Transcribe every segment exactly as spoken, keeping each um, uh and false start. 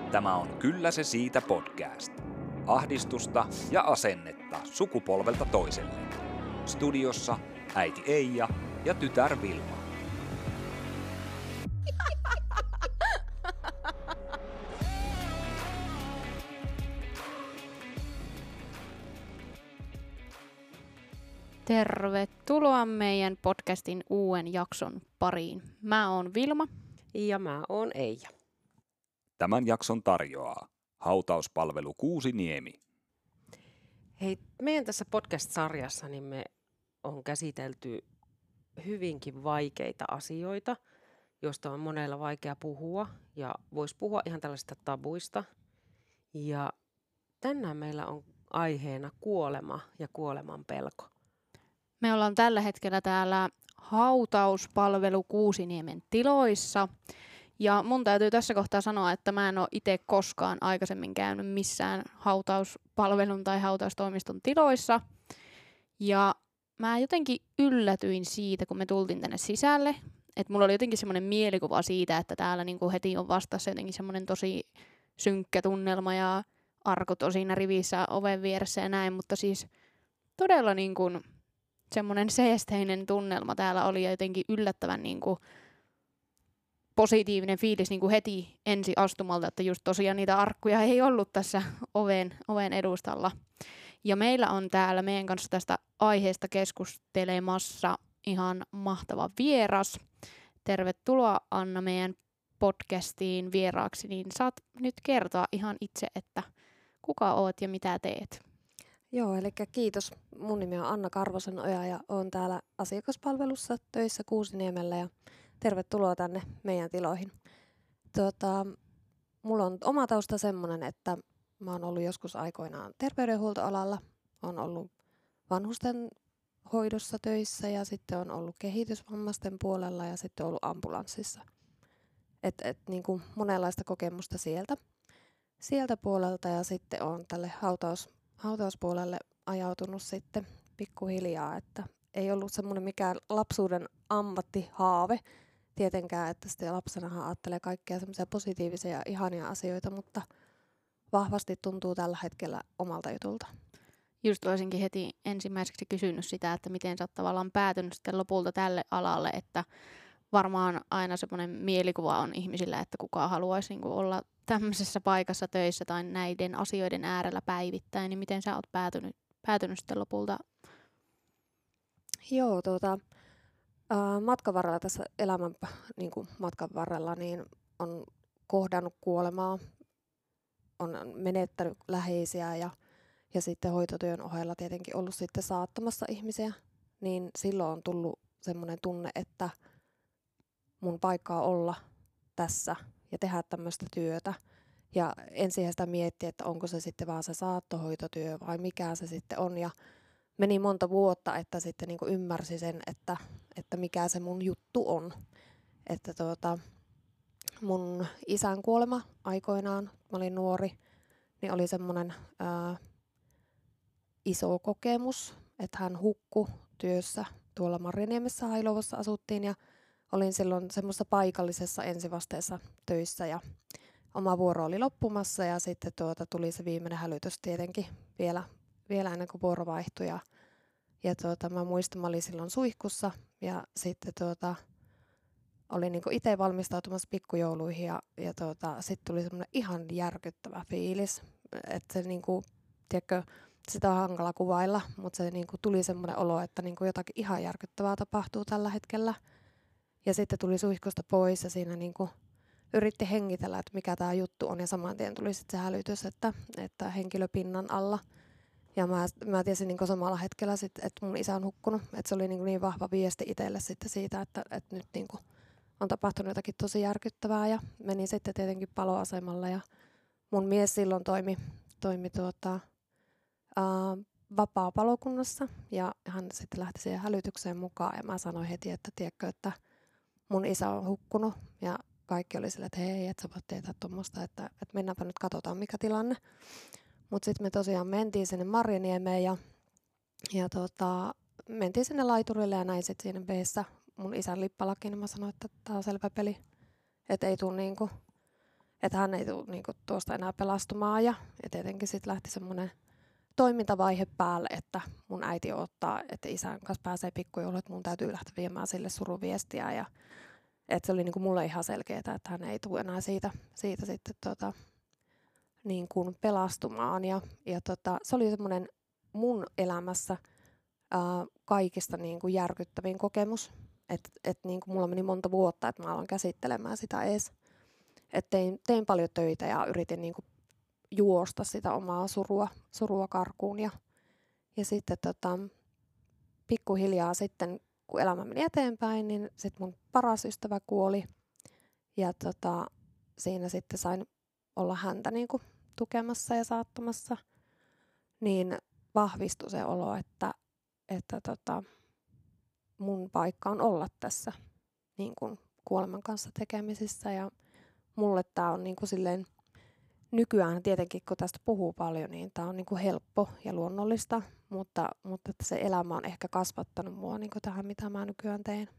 Tämä on Kyllä se siitä podcast. Ahdistusta ja asennetta sukupolvelta toiselle. Studiossa äiti Eija ja tytär Vilma. Tervetuloa meidän podcastin uuden jakson pariin. Mä oon Vilma. Ja mä oon Eija. Tämän jakson tarjoaa hautauspalvelu Kuusiniemi. Hei, meidän tässä podcast-sarjassa niin me on käsitelty hyvinkin vaikeita asioita, joista on monella vaikea puhua ja voisi puhua ihan tällaisista tabuista. Ja tänään meillä on aiheena kuolema ja kuoleman pelko. Me ollaan tällä hetkellä täällä hautauspalvelu Kuusiniemen tiloissa. Ja mun täytyy tässä kohtaa sanoa, että mä en ole itse koskaan aikaisemmin käynyt missään hautauspalvelun tai hautaustoimiston tiloissa. Ja mä jotenkin yllätyin siitä, kun me tultiin tänne sisälle. Että mulla oli jotenkin semmoinen mielikuva siitä, että täällä niinku heti on vastassa jotenkin semmoinen tosi synkkä tunnelma ja arkut on siinä rivissä oven vieressä ja näin. Mutta siis todella niinku semmoinen seesteinen tunnelma täällä oli ja jotenkin yllättävän niinku positiivinen fiilis niin kuin heti ensi astumalta, että just tosiaan niitä arkkuja ei ollut tässä oven, oven edustalla. Ja meillä on täällä meidän kanssa tästä aiheesta keskustelemassa ihan mahtava vieras. Tervetuloa Anna meidän podcastiin vieraaksi, niin saat nyt kertoa ihan itse, että kuka oot ja mitä teet. Joo, eli kiitos. Mun nimi on Anna Karvosenoja ja oon täällä asiakaspalvelussa töissä Kuusiniemellä ja tervetuloa tänne meidän tiloihin. Tuota, mulla on oma tausta semmoinen, että mä oon ollut joskus aikoinaan terveydenhuoltoalalla, on ollut vanhusten hoidossa töissä ja sitten on ollut kehitysvammaisten puolella ja sitten on ollut ambulanssissa. Et, et, niin kuin monenlaista kokemusta sieltä, sieltä puolelta ja sitten on tälle hautaus, hautauspuolelle ajautunut sitten pikkuhiljaa, että ei ollut semmoinen mikään lapsuuden ammattihaave tietenkään, että sitten lapsenahan ajattelee kaikkia semmoisia positiivisia ja ihania asioita, mutta vahvasti tuntuu tällä hetkellä omalta jutulta. Just olisinkin heti ensimmäiseksi kysynyt sitä, että miten sä oot tavallaan päätynyt sitten lopulta tälle alalle, että varmaan aina semmoinen mielikuva on ihmisillä, että kuka haluaisi niin kuin olla tämmöisessä paikassa töissä tai näiden asioiden äärellä päivittäin, niin miten sä oot päätynyt, päätynyt sitten lopulta? Joo, tuota, ää, matkan varrella tässä elämän niin kuin matkan varrella niin on kohdannut kuolemaa, on menettänyt läheisiä ja, ja sitten hoitotyön ohella tietenkin ollut sitten saattamassa ihmisiä, niin silloin on tullut semmoinen tunne, että mun paikka on olla tässä ja tehdä tämmöistä työtä. Ja ensin sitä miettiä, että onko se sitten vaan se saattohoitotyö vai mikä se sitten on. Ja meni monta vuotta, että sitten niinku ymmärsi sen, että, että mikä se mun juttu on. Että tuota, mun isän kuolema aikoinaan, mä olin nuori, niin oli semmoinen ää, iso kokemus, että hän hukkui työssä tuolla Marjaniemessä Hailuodossa asuttiin ja olin silloin semmoisessa paikallisessa ensivasteessa töissä ja oma vuoro oli loppumassa ja sitten tuota, tuli se viimeinen hälytys tietenkin vielä, vielä ennen kuin vuoro vaihtui. Ja, ja tuota, mä muistan, mä olin silloin suihkussa ja sitten tuota, olin niinku itse valmistautumassa pikkujouluihin ja, ja tuota, sitten tuli semmoinen ihan järkyttävä fiilis. Että se niinku, tiedätkö, sitä on hankala kuvailla, mutta se niinku tuli semmoinen olo, että niinku jotakin ihan järkyttävää tapahtuu tällä hetkellä. Ja sitten tuli suihkusta pois ja siinä niinku yritti hengitellä, että mikä tämä juttu on. Ja saman tien tuli sitten se hälytys, että, että henkilöpinnan alla. Ja mä, mä tiesin niinku samalla hetkellä, sit, että mun isä on hukkunut. Että se oli niinku niin vahva viesti itselle sitten siitä, että, että nyt niinku on tapahtunut jotakin tosi järkyttävää. Ja menin sitten tietenkin paloasemalle. Ja mun mies silloin toimi, toimi tuota, ää, vapaa-palokunnassa. Ja hän sitten lähti siihen hälytykseen mukaan. Ja mä sanoin heti, että tiedätkö, että mun isä on hukkunut ja kaikki oli sillä, että hei, et sä voit tietää tuommoista, että, että mennäänpä nyt katsotaan mikä tilanne. Mutta sitten me tosiaan mentiin sinne Marjaniemeen ja, ja tota, mentiin sinne laiturille ja näin sitten siinä beessä mun isän lippalaki, niin mä sanoin, että tää on selvä peli, että ei tule niinku, että hän ei tule niinku tuosta enää pelastumaan. Ja, ja tietenkin sitten lähti semmoinen toimintavaihe päälle, että mun äiti ottaa, että isän kanssa pääsee pikkujoulut, että mun täytyy lähteä viemään sille suruviestiä. Ja, että se oli niinku mulle ihan selkeää, että hän ei tule enää siitä, siitä sitten tota, niin kuin pelastumaan. Ja, ja tota, se oli semmoinen mun elämässä ää, kaikista niin kuin järkyttävin kokemus. Että et, niin kuin mulla meni monta vuotta, että mä aloin käsittelemään sitä edes. Et tein, tein paljon töitä ja yritin niin kuin juosta sitä omaa surua, surua karkuun. Ja, ja sitten tota, pikkuhiljaa sitten, kun elämä meni eteenpäin, niin sitten mun paras ystävä kuoli. Ja tota, siinä sitten sain olla häntä niin kuin tukemassa ja saattamassa. Niin vahvistui se olo, että, että tota, mun paikka on olla tässä niin kuin kuoleman kanssa tekemisissä. Ja mulle tää on niin kuin silleen, nykyään tietenkin kun tästä puhuu paljon, niin tää on niin kuin helppo ja luonnollista. Mutta, mutta että se elämä on ehkä kasvattanut mua niin kuin tähän, mitä mä nykyään teen.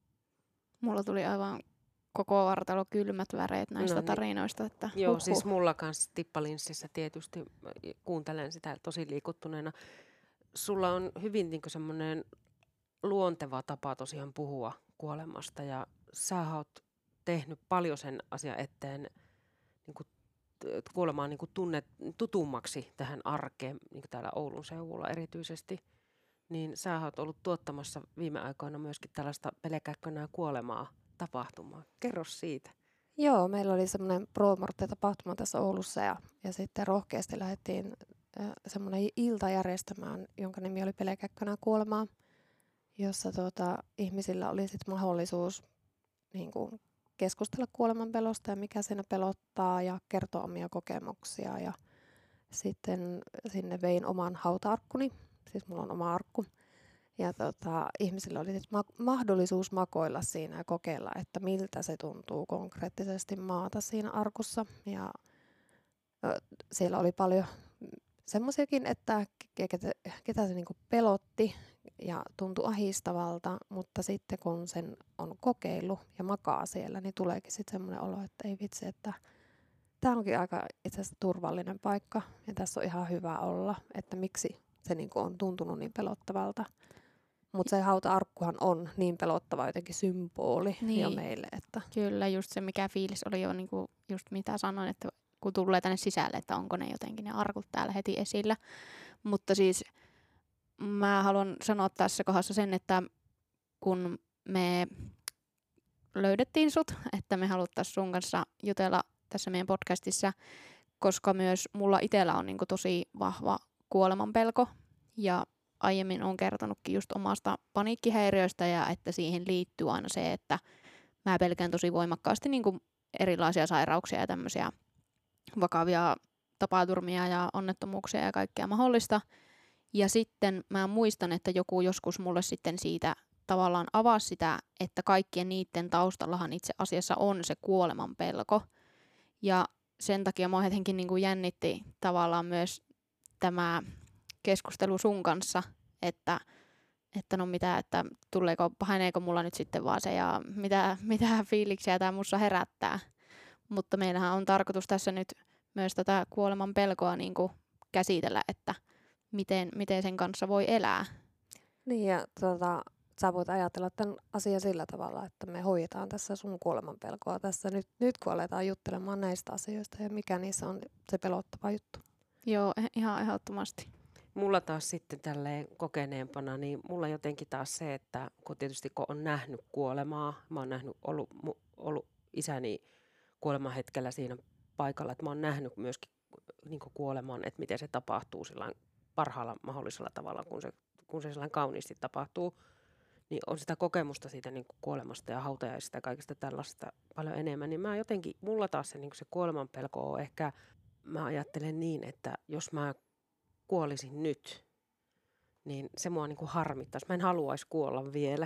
Mulla tuli aivan koko vartalo kylmät väreet näistä No niin. tarinoista. Että Joo, huhhuh. siis mulla kanssa tippalinssissä tietysti kuuntelen sitä tosi liikuttuneena. Sulla on hyvin niin semmoinen luonteva tapa tosiaan puhua kuolemasta ja sä oot tehnyt paljon sen asian eteen niin kuin kuolemaan niin kuin tunnet, tutummaksi tähän arkeen, niin kuin täällä Oulun seudulla erityisesti. Niin sä oot ollut tuottamassa viime aikoina myöskin tällaista Pelkäkkönä kuolemaa tapahtumaa. Kerro siitä. Joo, meillä oli semmoinen Pro Morte-tapahtuma tässä Oulussa ja, ja sitten rohkeasti lähdettiin äh, semmoinen ilta järjestämään, jonka nimi oli Pelkäkkönä kuolemaa, jossa tuota, ihmisillä oli sitten mahdollisuus niin kuin keskustella kuoleman pelosta ja mikä siinä pelottaa ja kertoa omia kokemuksia. Ja sitten sinne vein oman hauta-arkkuni, siis mulla on oma arkku. Ja tota, ihmisillä oli sit ma- mahdollisuus makoilla siinä ja kokeilla, että miltä se tuntuu konkreettisesti maata siinä arkussa. Ja ö, siellä oli paljon semmoisiakin, että ketä, ketä se niinku pelotti ja tuntui ahistavalta, mutta sitten kun sen on kokeillut ja makaa siellä, niin tuleekin sitten semmoinen olo, että ei vitsi, että tämä onkin aika itse asiassa turvallinen paikka ja tässä on ihan hyvä olla, että miksi se niinku on tuntunut niin pelottavalta. Mutta se hauta-arkkuhan on niin pelottava jotenkin symboli niin. jo meille. Että. Kyllä, just se mikä fiilis oli jo, niinku, just mitä sanoin, että kun tulee tänne sisälle, että onko ne jotenkin ne arkut täällä heti esillä. Mutta siis mä haluan sanoa tässä kohdassa sen, että kun me löydettiin sut, että me haluttaisiin sun kanssa jutella tässä meidän podcastissa, koska myös mulla itsellä on niinku tosi vahva kuolemanpelko ja aiemmin olen kertonutkin just omasta paniikkihäiriöistä ja että siihen liittyy aina se, että mä pelkään tosi voimakkaasti niin kuin erilaisia sairauksia ja tämmöisiä vakavia tapaturmia ja onnettomuuksia ja kaikkea mahdollista. Ja sitten mä muistan, että joku joskus mulle sitten siitä tavallaan avasi sitä, että kaikkien niiden taustallahan itse asiassa on se kuoleman pelko. Ja sen takia mua jotenkin niin kuin jännitti tavallaan myös tämä keskustelu sun kanssa, että, että no mitä, että tuleeko, paheneeko mulla nyt sitten vaan se ja mitä, mitä fiiliksiä tämä mussa herättää. Mutta meillähän on tarkoitus tässä nyt myös tätä kuoleman pelkoa niin kuin käsitellä, että miten, miten sen kanssa voi elää. Niin ja tota, sä voit ajatella tämän asian sillä tavalla, että me hoidetaan tässä sun kuolemanpelkoa tässä nyt, nyt kun aletaan juttelemaan näistä asioista ja mikä niissä on se pelottava juttu. Joo, ihan ehdottomasti. Mulla taas sitten tälleen kokeneempana, niin mulla jotenkin taas se, että kun tietysti kun on nähnyt kuolemaa, mä oon nähnyt, ollut, ollut isäni kuoleman hetkellä siinä paikalla, että mä oon nähnyt myöskin niin kuin kuoleman, että miten se tapahtuu sillain parhaalla mahdollisella tavalla, kun se, kun se sillain kauniisti tapahtuu, niin on sitä kokemusta siitä niin kuin kuolemasta ja hautajaisista ja kaikista tällaista paljon enemmän, niin mä jotenkin, mulla taas se, niin kuin se kuoleman pelko on ehkä, mä ajattelen niin, että jos mä kuolisin nyt, niin se mua niin kuin harmittaisi. Mä en haluaisi kuolla vielä.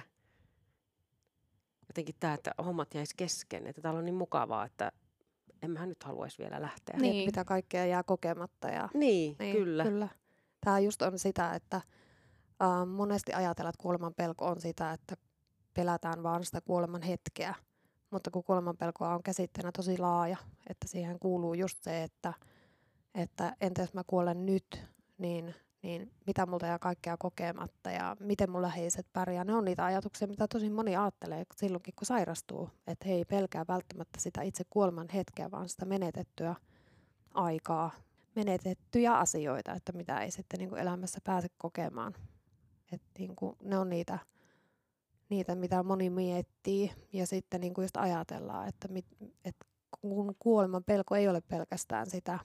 Jotenkin tämä, että hommat jäisi kesken, että täällä on niin mukavaa, että en mä nyt haluaisi vielä lähteä. Niin. Mitä kaikkea jää kokematta. Ja, niin, niin, kyllä. kyllä. Tämä just on sitä, että äh, monesti ajatellaan, että kuoleman pelko on sitä, että pelätään vaan sitä kuoleman hetkeä. Mutta kun kuolemanpelkoa on käsitteenä tosi laaja, että siihen kuuluu just se, että, että entä jos mä kuolen nyt, niin, niin mitä multa jää kaikkea kokematta ja miten mun läheiset pärjää. Ne on niitä ajatuksia, mitä tosi moni ajattelee silloinkin, kun sairastuu. Että he ei pelkää välttämättä sitä itse kuoleman hetkeä, vaan sitä menetettyä aikaa, menetettyjä asioita, että mitä ei sitten niin kuin elämässä pääse kokemaan. Että niin kuin ne on niitä, niitä, mitä moni miettii ja sitten niin kuin just ajatellaan, että, mit, että kun kuoleman pelko ei ole pelkästään sitä,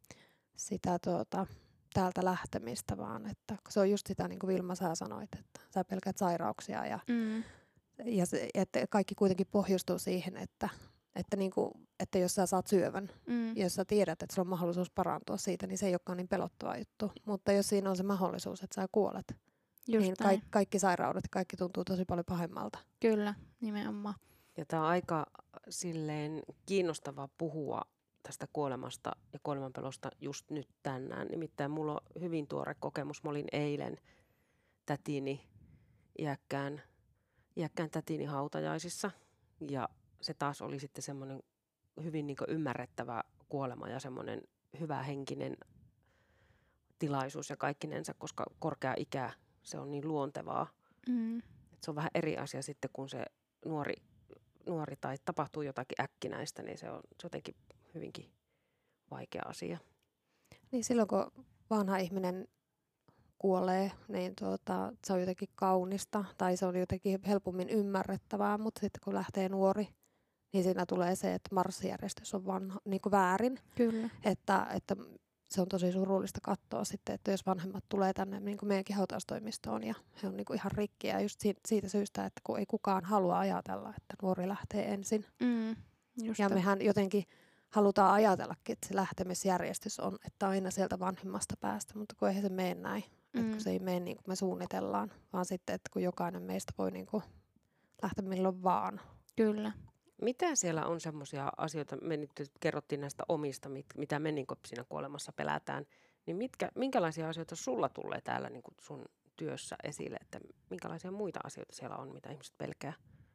sitä tuota, täältä lähtemistä, vaan että se on just sitä, niin kuin Vilma sä sanoit, että sä pelkät sairauksia ja, Mm. ja se, että kaikki kuitenkin pohjustuu siihen, että, että, niin kuin, että jos sä saat syövän, Mm. jos sä tiedät, että sulla on mahdollisuus parantua siitä, niin se ei olekaan niin pelottava juttu. Mutta jos siinä on se mahdollisuus, että sä kuolet, Just niin näin. ka- kaikki sairaudet, kaikki tuntuu tosi paljon pahemmalta. Kyllä, nimenomaan. Ja tämä on aika silleen kiinnostavaa puhua tästä kuolemasta ja kuolemanpelosta just nyt tänään. Nimittäin mulla on hyvin tuore kokemus. Mä olin eilen tätini, iäkkään, iäkkään tätini hautajaisissa. Ja se taas oli sitten semmoinen hyvin niin kuin ymmärrettävä kuolema ja semmoinen hyvähenkinen tilaisuus ja kaikkinensa, koska korkea ikä, se on niin luontevaa. Mm. Et se on vähän eri asia sitten, kun se nuori, nuori tai tapahtuu jotakin äkkinäistä, niin se on, se on jotenkin hyvinkin vaikea asia. Niin silloin kun vanha ihminen kuolee, niin tuota, se on jotenkin kaunista tai se on jotenkin helpommin ymmärrettävää, mutta sitten kun lähtee nuori, niin siinä tulee se, että marssijärjestys on vanha, niin kuin väärin. Kyllä. Että, että se on tosi surullista katsoa sitten, että jos vanhemmat tulee tänne niin kuin meidänkin hautaustoimistoon ja he on niin kuin ihan rikkiä ja just siitä syystä, että kun ei kukaan halua ajatella, että nuori lähtee ensin. Mm. Just Ja to- mehän jotenkin halutaan ajatellakin, että se lähtemisjärjestys on, että aina sieltä vanhemmasta päästä, mutta kun eihän se mene näin. Mm. Että kun se ei mene niin kuin me suunnitellaan, vaan sitten, että kun jokainen meistä voi niin kuin lähteä milloin vaan. Kyllä. Mitä siellä on semmoisia asioita, me nyt kerrottiin näistä omista, mit, mitä me niin kuin siinä kuolemassa pelätään, niin mitkä, minkälaisia asioita sulla tulee täällä niin kuin sun työssä esille, että minkälaisia muita asioita siellä on, mitä ihmiset pelkää?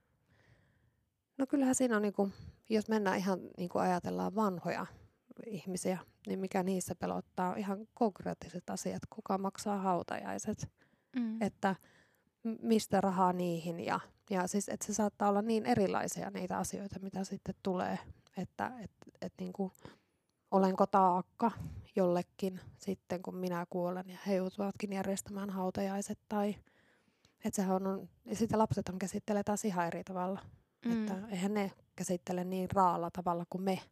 No kyllähän siinä on, niin kuin, jos mennään ihan niin kuin ajatellaan vanhoja ihmisiä, niin mikä niissä pelottaa ihan konkreettiset asiat, kuka maksaa hautajaiset, Mm. että m- mistä rahaa niihin ja, ja siis, että se saattaa olla niin erilaisia niitä asioita, mitä sitten tulee, että et, et niin kuin, olenko taakka jollekin sitten, kun minä kuolen ja he joutuvatkin järjestämään hautajaiset tai että sehän on, ja sitä lapsethan käsittelee taas ihan eri tavalla. Mm. Että eihän ne käsittele niin raalla tavalla kuin me.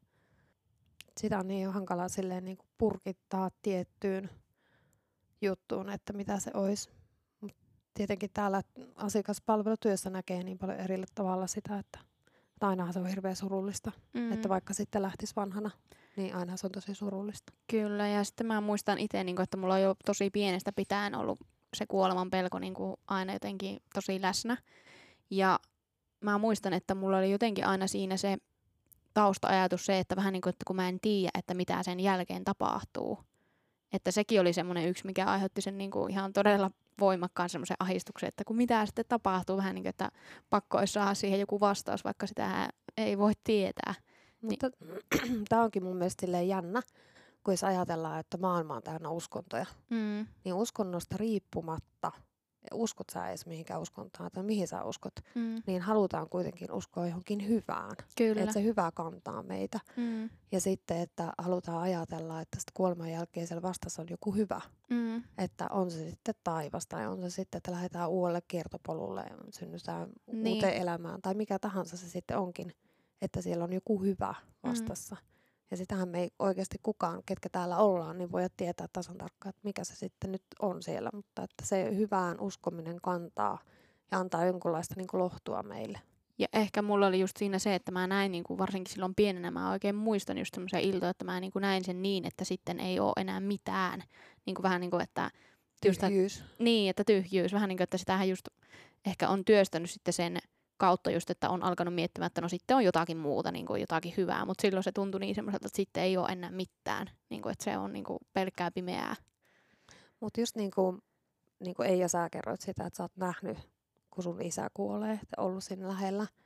Sitä on niin hankalaa silleen niin kuin purkittaa tiettyyn juttuun, että mitä se olisi. Mut tietenkin täällä asiakaspalvelutyössä näkee niin paljon eri tavalla sitä, että, että ainahan se on hirveän surullista. Mm. Että vaikka sitten lähtisi vanhana, niin aina se on tosi surullista. Kyllä, ja sitten mä muistan itse, niin että mulla on jo tosi pienestä pitäen ollut se kuoleman pelko niin kuin aina jotenkin tosi läsnä. Ja mä muistan, että mulla oli jotenkin aina siinä se tausta-ajatus se, että vähän niin kuin, että kun mä en tiedä, että mitä sen jälkeen tapahtuu. Että sekin oli semmoinen yksi, mikä aiheutti sen niin kuin ihan todella voimakkaan semmoisen ahdistuksen, että kun mitä sitten tapahtuu, vähän niin kuin, että pakko olisi saada siihen joku vastaus, vaikka sitä ei voi tietää. Mutta tämä onkin mun mielestä silleen jännä, kun jos ajatellaan, että maailma on täynnä uskontoja, Mm. niin uskonnosta riippumatta, uskot sä edes mihinkään uskontaan tai mihin sä uskot, Mm. niin halutaan kuitenkin uskoa johonkin hyvään. Kyllä. Että se hyvä kantaa meitä. Mm. Ja sitten, että halutaan ajatella, että sitten kuoleman jälkeen siellä vastassa on joku hyvä. Mm. Että on se sitten taivas tai on se sitten, että lähdetään uudelle kiertopolulle ja synnytään Niin. uuteen elämään tai mikä tahansa se sitten onkin. Että siellä on joku hyvä vastassa. Mm. Ja sitähän me ei oikeasti kukaan, ketkä täällä ollaan, niin voi tietää tasan tarkkaan, että mikä se sitten nyt on siellä. Mutta että se hyvään uskominen kantaa ja antaa jonkunlaista niin kuin lohtua meille. Ja ehkä mulla oli just siinä se, että mä näin niin kuin varsinkin silloin pienenä, mä oikein muistan just semmoisia iltoja, että mä niin kuin näin sen niin, että sitten ei ole enää mitään. Niin kuin vähän niin kuin, että just, Tyhjyys. niin, että tyhjyys. Vähän niin kuin, että sitähän just ehkä on työstänyt sitten sen kautta just, että on alkanut miettimään, että no sitten on jotakin muuta, niin kuin jotakin hyvää. Mutta silloin se tuntui niin semmoiselta, että sitten ei ole enää mitään. Niin kuin, että se on niin kuin pelkkää pimeää. Mutta just niin kuin, niin kuin Eija, sä kerroit sitä, että sä oot nähnyt, kun sun isä kuolee, että ollut siinä lähellä,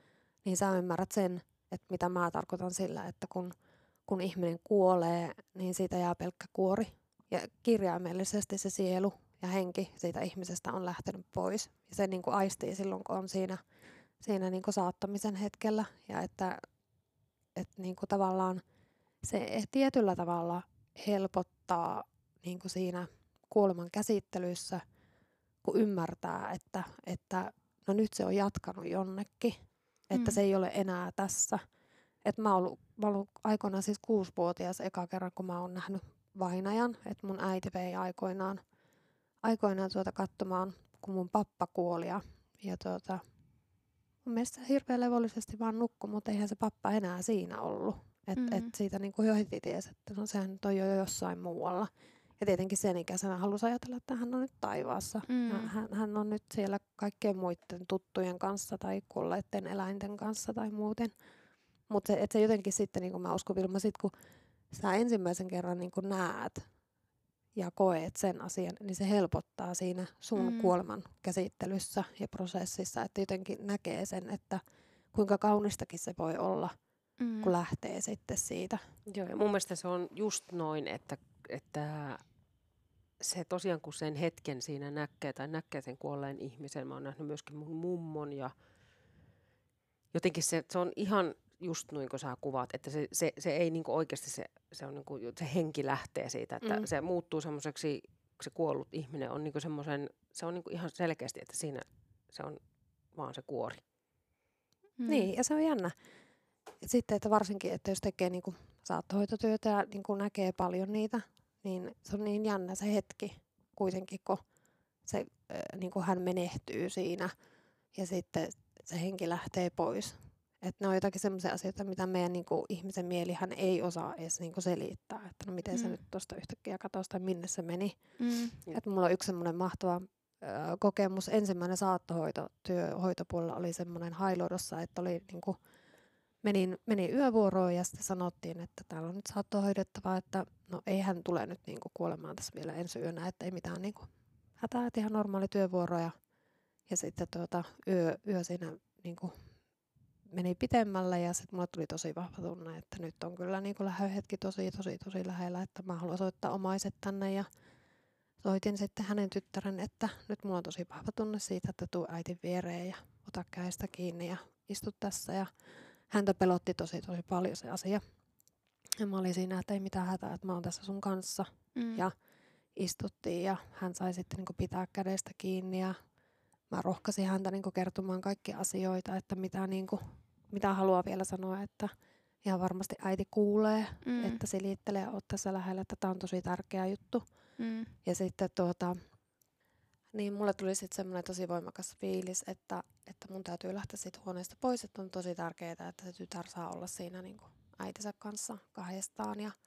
niin sä ymmärrät sen, että mitä mä tarkoitan sillä, että kun, kun ihminen kuolee, niin siitä jää pelkkä kuori. Ja kirjaimellisesti se sielu ja henki siitä ihmisestä on lähtenyt pois. Ja se niin kuin aistii silloin, kun on siinä, siinä niin kuin saattamisen hetkellä. Ja että, että niin kuin tavallaan se tietyllä tavalla helpottaa niin kuin siinä kuoleman käsittelyssä, kun ymmärtää, että, että no nyt se on jatkanut jonnekin, että Mm. se ei ole enää tässä. Et mä oon ollut, mä ollut aikoinaan siis kuusivuotias eka kerran, kun mä oon nähnyt vainajan, että mun äiti vei aikoinaan, aikoinaan tuota katsomaan, kun mun pappa kuoli. Ja, ja tuota, mun mielestä hirveän levollisesti vaan nukkui, mutta eihän se pappa enää siinä ollut. Et, Mm. et siitä niin kuin jo heti tiesi, että no sehän nyt on jo jossain muualla. Ja tietenkin sen ikäisenä halusi ajatella, että hän on nyt taivaassa. Mm. Ja hän, hän on nyt siellä kaikkien muiden tuttujen kanssa tai kuolleiden eläinten kanssa tai muuten. Mutta se, se jotenkin sitten, niin kuin mä uskon Vilma, sit kun sä ensimmäisen kerran niin kuin näet ja koet sen asian, niin se helpottaa siinä sun Mm. kuoleman käsittelyssä ja prosessissa. Että jotenkin näkee sen, että kuinka kaunistakin se voi olla, Mm. kun lähtee sitten siitä. Joo, ja mun mielestä se on just noin, että, että se tosiaan kun sen hetken siinä näkee tai näkee sen kuolleen ihmisen, mä oon nähnyt myöskin mun mummon ja jotenkin se, se on ihan just noin kuin sä kuvaat, että se, se, se ei niinku oikeasti se, se, on niinku, se henki lähtee siitä, että Mm. se muuttuu semmoiseksi, se kuollut ihminen on niinku semmoisen, se on niinku ihan selkeästi, että siinä se on vaan se kuori. Mm. Niin, ja se on jännä. Et sitten, että varsinkin, että jos tekee niinku saattohoitotyötä ja niinku näkee paljon niitä, niin se on niin jännä se hetki kuitenkin, kun se, äh, niinku hän menehtyy siinä ja sitten se henki lähtee pois. Että ne on jotakin semmoisia asioita, mitä meidän niinku, ihmisen mielihän ei osaa edes niinku selittää, että no miten mm. se Mm. nyt tuosta yhtäkkiä katosi tai minne se meni. Mm. Et mulla on yksi semmoinen mahtava ö, kokemus. Ensimmäinen saattohoitotyö hoitopuolella oli semmoinen Hailuodossa, että oli niinku, menin, menin yövuoroon ja sitten sanottiin, että täällä on nyt saattohoidettava, että no ei hän tule nyt niinku kuolemaan tässä vielä ensi yönä, että ei mitään niinku hätää, että ihan normaali työvuoro. Ja, ja sitten tuota, yö, yö siinä niinku meni pitemmälle ja sitten mulle tuli tosi vahva tunne, että nyt on kyllä niinku lähöhetki tosi, tosi, tosi lähellä, että mä haluan soittaa omaiset tänne ja soitin sitten hänen tyttären, että nyt mulla on tosi vahva tunne siitä, että tuu äitin viereen ja ota kädestä kiinni ja istu tässä. Ja häntä pelotti tosi, tosi paljon se asia. Ja mä olin siinä, että ei mitään hätää, että mä oon tässä sun kanssa. Mm. Ja istuttiin ja hän sai sitten niinku pitää kädestä kiinni ja mä rohkasin häntä niinku kertomaan kaikkia asioita, että mitä, niinku, mitä haluaa vielä sanoa, että ihan varmasti äiti kuulee, Mm. että silittelee ja oot tässä lähellä, että tää on tosi tärkeä juttu. Mm. Ja sitten tuota, niin mulle tuli sitten semmoinen tosi voimakas fiilis, että, että mun täytyy lähteä siitä huoneesta pois, että on tosi tärkeää, että se tytär saa olla siinä niin kuin äitinsä kanssa kahdestaan. Ja,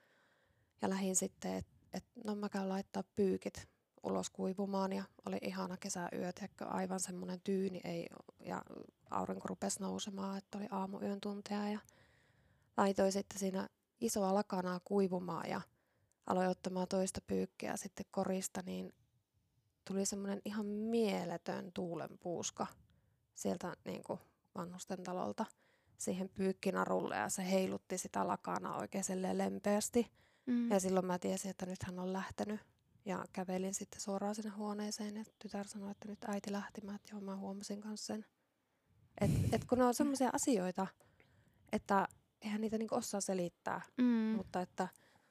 ja lähdin sitten, että et, no mä käyn laittaa pyykit ulos kuivumaan ja oli ihana kesäyö, tiedätkö, aivan semmoinen tyyni ei, ja aurinko rupesi nousemaan, että oli aamuyön tunteja ja laitoin sitten siinä isoa lakanaa kuivumaan ja aloin ottamaan toista pyykkiä sitten korista, niin tuli semmoinen ihan mieletön tuulenpuuska sieltä niin kuin vanhusten talolta siihen pyykkinarulle ja se heilutti sitä lakanaa oikein silleen lempeästi. Mm. Ja silloin mä tiesin, että nyt hän on lähtenyt ja kävelin sitten suoraan sinne huoneeseen ja tytär sanoi, että nyt äiti lähti. Mä että joo, mä huomasin kanssa sen. Että et kun ne on semmoisia asioita, että eihän niitä niinku osaa selittää, Mm. mutta että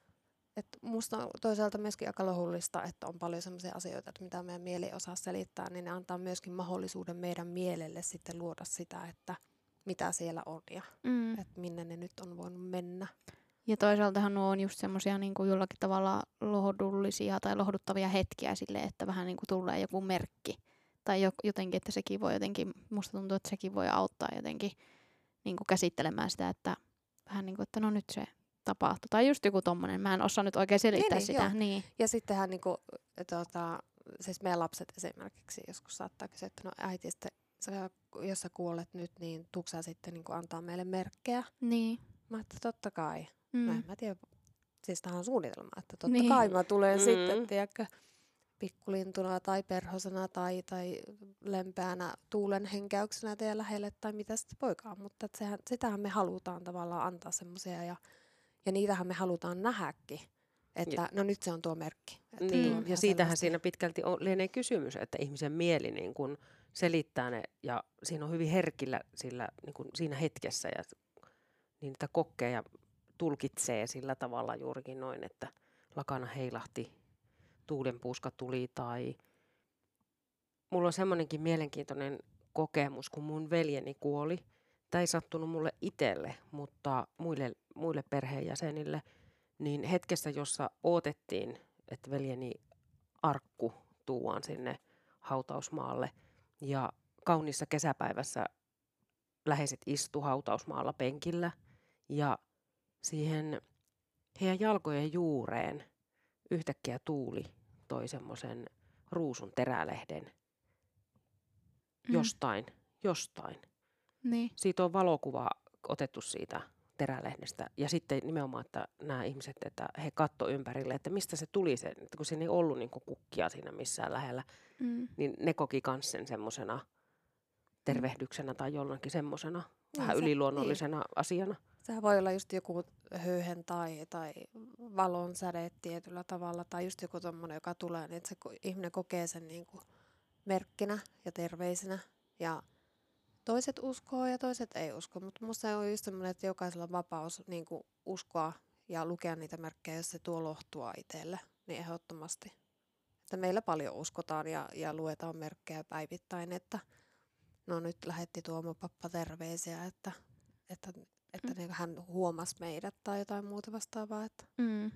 et musta on toisaalta myöskin aika lohullista, että on paljon sellaisia asioita, että mitä meidän mieli ei osaa selittää, niin ne antaa myöskin mahdollisuuden meidän mielelle sitten luoda sitä, että mitä siellä on ja Mm. että minne ne nyt on voinut mennä. Ja toisaaltahan nuo on just semmoisia niin kuin jollakin tavalla lohdullisia tai lohduttavia hetkiä silleen, että vähän niin kuin tulee joku merkki. Tai jo, jotenkin, että sekin voi jotenkin, musta tuntuu, että sekin voi auttaa jotenkin niin kuin käsittelemään sitä, että vähän niin kuin, että no nyt se tapahtui. Tai just joku tommonen, mä en osaa nyt oikein selittää Niin, sitä. joo. Niin. Ja sittenhän niinku, tota, siis meidän lapset esimerkiksi joskus saattaa kysyä, että no äiti, sitten, sä, jos sä kuolet nyt, niin tuutko sä sitten niinku antaa meille merkkejä? Niin. Mä että totta kai. Mm. No en mä tiedä, siis tähän on suunnitelma, että totta Niin. kai mä tulen Mm. sitten, tiedätkö. pikkulintuna tai perhosena tai, tai lempeänä tuulen henkäyksenä teidän lähelle tai mitä sitten voikaan. Mutta et sehän, sitähän me halutaan tavallaan antaa semmoisia ja, ja niitähän me halutaan nähdäkin. Että ja, no nyt se on tuo merkki. Että niin, tuo ja siitähän siinä pitkälti on, lienee kysymys, että ihmisen mieli niin kun selittää ne ja siinä on hyvin herkillä sillä, niin kun siinä hetkessä ja niin niitä kokee ja tulkitsee sillä tavalla juurikin noin, että lakana heilahti, tuulenpuuska tuli tai mulla on semmoinenkin mielenkiintoinen kokemus, kun mun veljeni kuoli. Tämä ei sattunut mulle itselle, mutta muille, muille perheenjäsenille, niin hetkessä, jossa odotettiin, että veljeni arkku tuuaan sinne hautausmaalle ja kauniissa kesäpäivässä läheiset istu hautausmaalla penkillä ja siihen heidän jalkojen juureen yhtäkkiä tuuli toi semmoisen ruusun terälehden Mm. jostain, jostain. Niin. Siitä on valokuva otettu siitä terälehdestä ja sitten nimenomaan, että nämä ihmiset, että he katto ympärille, että mistä se tuli se, että kun siinä ei ollut niin kuin kukkia siinä missään lähellä, Mm. niin ne koki myös sen semmoisena tervehdyksenä tai jollakin semmoisena Niin, vähän se- yliluonnollisena niin. asiana. Sehän voi olla just joku höyhen tai, tai valon säde tietyllä tavalla tai just joku tommonen, joka tulee, niin että se ko- ihminen kokee sen niin kuin merkkinä ja terveisenä ja toiset uskoo ja toiset ei usko, mutta musta se on just semmoinen, että jokaisella on vapaus niin kuin uskoa ja lukea niitä merkkejä, jos se tuo lohtua itselle, niin ehdottomasti. Että meillä paljon uskotaan ja, ja luetaan merkkejä päivittäin, että no nyt lähetti Tuomo pappa terveisiä, että, että, että Mm. niin hän huomasi meidät tai jotain muuta vastaavaa. Että. Mm.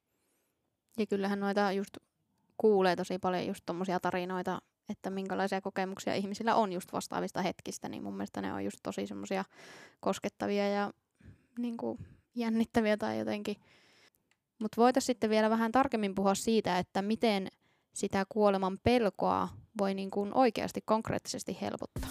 Ja kyllähän noita just kuulee tosi paljon just tommosia tarinoita, että minkälaisia kokemuksia ihmisillä on just vastaavista hetkistä, niin mun mielestä ne on just tosi semmosia koskettavia ja niinku jännittäviä tai jotenkin. Mutta voitaisiin sitten vielä vähän tarkemmin puhua siitä, että miten sitä kuoleman pelkoa voi niinku oikeasti konkreettisesti helpottaa.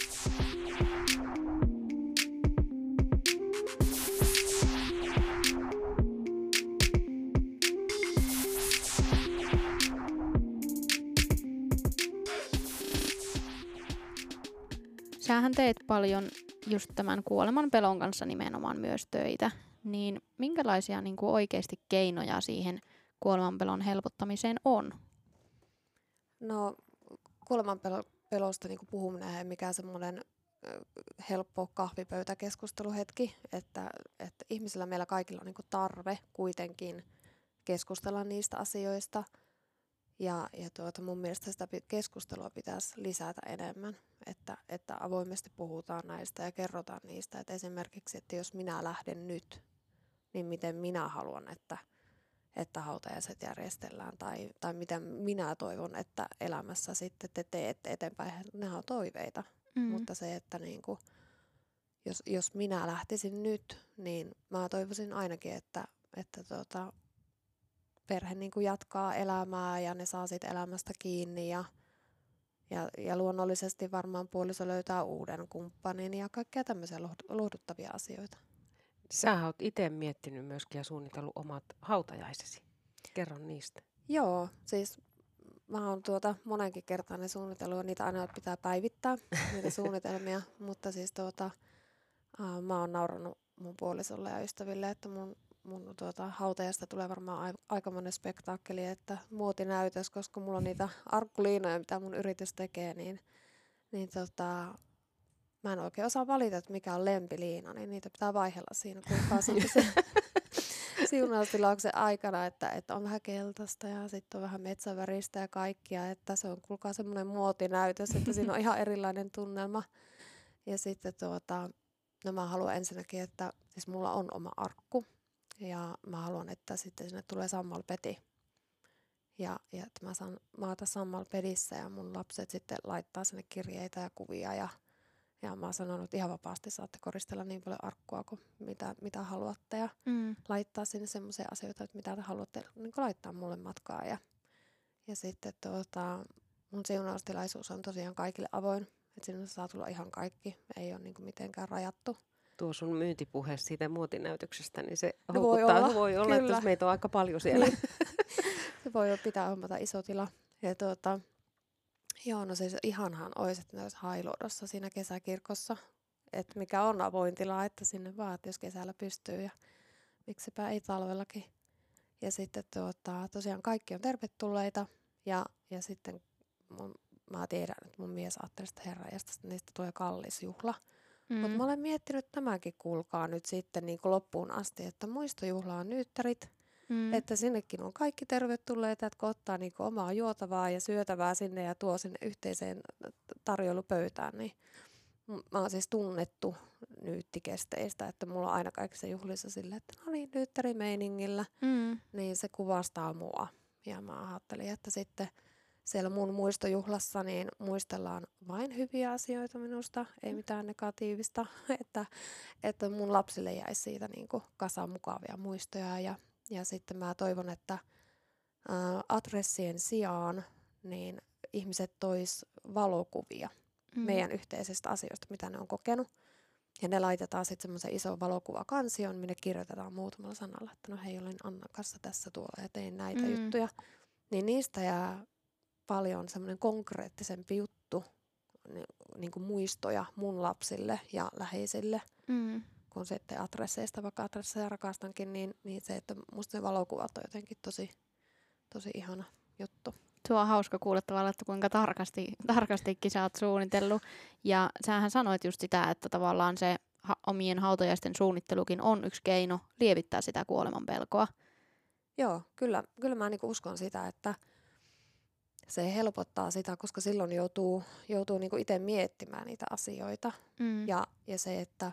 Sähän teet paljon just tämän kuoleman pelon kanssa nimenomaan myös töitä, niin minkälaisia niin kuin oikeasti keinoja siihen kuolemanpelon helpottamiseen on? No kuolemanpelosta niin kuin puhuminen ei mikään semmoinen helppo kahvipöytäkeskusteluhetki, että, että ihmisillä meillä kaikilla on niin kuin tarve kuitenkin keskustella niistä asioista. Ja, ja tuota, mun mielestä sitä keskustelua pitäisi lisätä enemmän, että, että avoimesti puhutaan näistä ja kerrotaan niistä. Että esimerkiksi, että jos minä lähden nyt, niin miten minä haluan, että, että hautajaiset järjestellään tai, tai miten minä toivon, että elämässä sitten te teette eteenpäin. Nämä on toiveita, mm. mutta se, että niin kuin, jos, jos minä lähtisin nyt, niin mä toivoisin ainakin, että, että tuota, perhe niin kuin jatkaa elämää ja ne saa siitä elämästä kiinni ja, ja, ja luonnollisesti varmaan puoliso löytää uuden kumppanin ja kaikkea tämmöisiä lohduttavia asioita. Sä oot itse miettinyt myöskin ja suunnitellut omat hautajaisesi. Kerro niistä. Joo, siis mä oon tuota monenkin kertaan ne suunnitellut, niitä aina pitää päivittää, niitä suunnitelmia, mutta siis tuota, äh, mä oon naurannut mun puolisolle ja ystäville, että mun Mun tuota, hautajasta tulee varmaan aikamoinen spektaakkeli, että muotinäytös, koska mulla on niitä arkkuliinoja, mitä mun yritys tekee, niin, niin tota, mä en oikein osaa valita, että mikä on lempiliina, niin niitä pitää vaihella siinä, kuulkaa sitten se siunaustilauksen aikana, että, että on vähän keltaista ja sitten on vähän metsäväristä ja kaikkia, että se on kuulkaa semmoinen muotinäytös, että siinä on ihan erilainen tunnelma. Ja sitten tuota, no mä haluan ensinnäkin, että siis mulla on oma arkku. Ja mä haluan, että sitten sinne tulee sammalpeti. Ja, ja että mä saan maata sammalpedissä ja mun lapset sitten laittaa sinne kirjeitä ja kuvia. Ja, ja mä oon sanonut, että ihan vapaasti saatte koristella niin paljon arkkua kuin mitä, mitä haluatte. Ja Mm. laittaa sinne semmoisia asioita, että mitä te haluatte niin laittaa mulle matkaan. Ja, ja sitten tuota, mun siunaustilaisuus on tosiaan kaikille avoin. Että sinne saa tulla ihan kaikki. Ei ole niin kuin mitenkään rajattu. Tuo sun myyntipuhe siitä muotinäytöksestä, niin se No voi houkuttaa. olla, Voi olla, että kyllä. jos meitä on aika paljon siellä. Niin. Se voi pitää hommata iso tila. Ja tuota, joo, no siis ihanhan olisi, että ne olisi Hailuodossa siinä kesäkirkossa, että mikä on avoin tila, että sinne vaan, että jos kesällä pystyy ja miksipä ei talvellakin. Ja sitten tuota, tosiaan kaikki on tervetulleita ja, ja sitten mun, mä tiedän, että mun mies ajatteli sitä herranjestas, että niistä tulee kallis juhla. Mm. Mutta mä olen miettinyt tämänkin, kuulkaa nyt sitten niin kuin loppuun asti, että muistojuhla on Nyyttärit, mm. että sinnekin on kaikki tervetulleita, että kun ottaa niin kuin omaa juotavaa ja syötävää sinne ja tuo sinne yhteiseen tarjoilupöytään, niin mä oon siis tunnettu nyyttikesteistä, että mulla on aina kaikissa juhlissa silleen, että no niin, nyyttärimeiningillä, mm. niin se kuvastaa mua. Ja mä ajattelin, että sitten siellä mun muistojuhlassa niin muistellaan vain hyviä asioita minusta, ei mitään negatiivista, että, että mun lapsille jäisi siitä niin kuin kasa mukavia muistoja. Ja, ja sitten mä toivon, että ää, adressien sijaan niin ihmiset tois valokuvia mm. meidän yhteisistä asioista, mitä ne on kokenut. Ja ne laitetaan sitten semmoisen ison valokuvakansion, minne kirjoitetaan muutamalla sanalla, että no hei, olin Annan kanssa tässä tuolla ja tein näitä mm. juttuja. Niin niistä jää paljon semmoinen konkreettisempi juttu, niin, niin kuin muistoja mun lapsille ja läheisille, mm. kun sitten adresseista, vaikka adresseja rakastankin, niin, niin se, että musta ne valokuvat on jotenkin tosi, tosi ihana juttu. Tuo on hauska kuulla tavallaan, että kuinka tarkasti, tarkastikin sä oot suunnitellut. Ja sähän sanoit just sitä, että tavallaan se ha- omien hautajaisten suunnittelukin on yksi keino lievittää sitä kuoleman pelkoa. Joo, kyllä, kyllä mä niinku uskon sitä, että se helpottaa sitä, koska silloin joutuu, joutuu niinku itse miettimään niitä asioita. Mm. Ja, ja se, että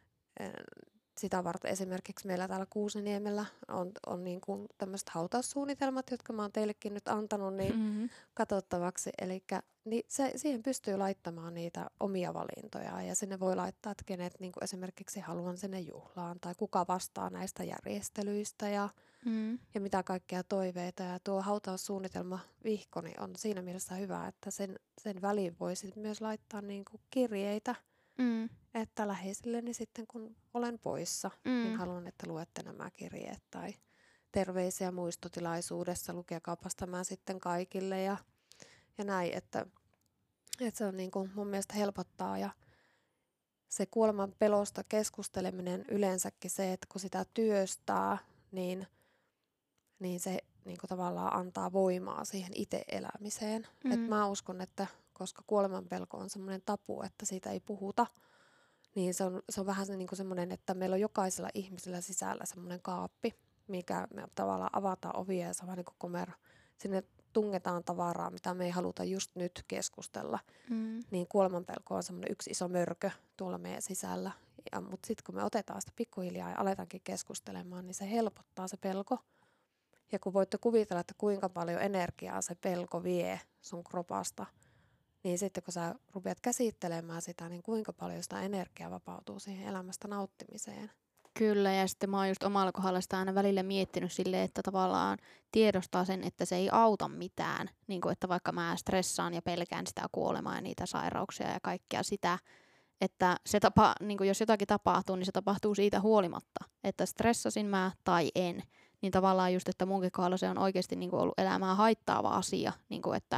sitä varten esimerkiksi meillä täällä Kuusiniemellä on, on niin kuin tämmöiset hautaussuunnitelmat, jotka mä oon teillekin nyt antanut niin mm-hmm. katsottavaksi. Eli niin se, siihen pystyy laittamaan niitä omia valintoja ja sinne voi laittaa, että kenet niin kuin esimerkiksi haluan sinne juhlaan tai kuka vastaa näistä järjestelyistä ja, mm. ja mitä kaikkea toiveita. Ja tuo hautaussuunnitelma vihkoni on siinä mielessä hyvä, että sen, sen väliin voi sit myös laittaa niin kuin kirjeitä. Mm. Että läheisilleni sitten kun olen poissa, mm. niin haluan, että luette nämä kirjeet tai terveisiä muistotilaisuudessa, lukijakaupasta mä sitten kaikille ja, ja näin, että, että se on niin kuin mun mielestä helpottaa ja se kuoleman pelosta keskusteleminen yleensäkin se, että kun sitä työstää, niin, niin se niin kuin tavallaan antaa voimaa siihen itse elämiseen. Mm. Et mä uskon, että koska kuoleman pelko on semmoinen tabu, että siitä ei puhuta, niin se on, se on vähän se, niin kuin semmoinen, että meillä on jokaisella ihmisellä sisällä semmoinen kaappi, mikä me tavallaan avataan ovia ja se on vähän niin kuin komero. Sinne tungetaan tavaraa, mitä me ei haluta just nyt keskustella. Mm. Niin kuoleman pelko on semmoinen yksi iso mörkö tuolla meidän sisällä. Mutta sitten kun me otetaan sitä pikkuhiljaa ja aletaankin keskustelemaan, niin se helpottaa se pelko. Ja kun voitte kuvitella, että kuinka paljon energiaa se pelko vie sun kropasta, niin sitten kun sä rupeat käsittelemään sitä, niin kuinka paljon sitä energiaa vapautuu siihen elämästä nauttimiseen. Kyllä, ja sitten mä oon just omalla kohdalla sitä aina välillä miettinyt silleen, että tavallaan tiedostaa sen, että se ei auta mitään. Niin kuin, että vaikka mä stressaan ja pelkään sitä kuolemaa ja niitä sairauksia ja kaikkea sitä, että se tapa, niin kuin jos jotakin tapahtuu, niin se tapahtuu siitä huolimatta. Että stressasin mä tai en. Niin tavallaan just, että munkin kohdalla se on oikeasti niin kuin ollut elämää haittaava asia, niin kuin että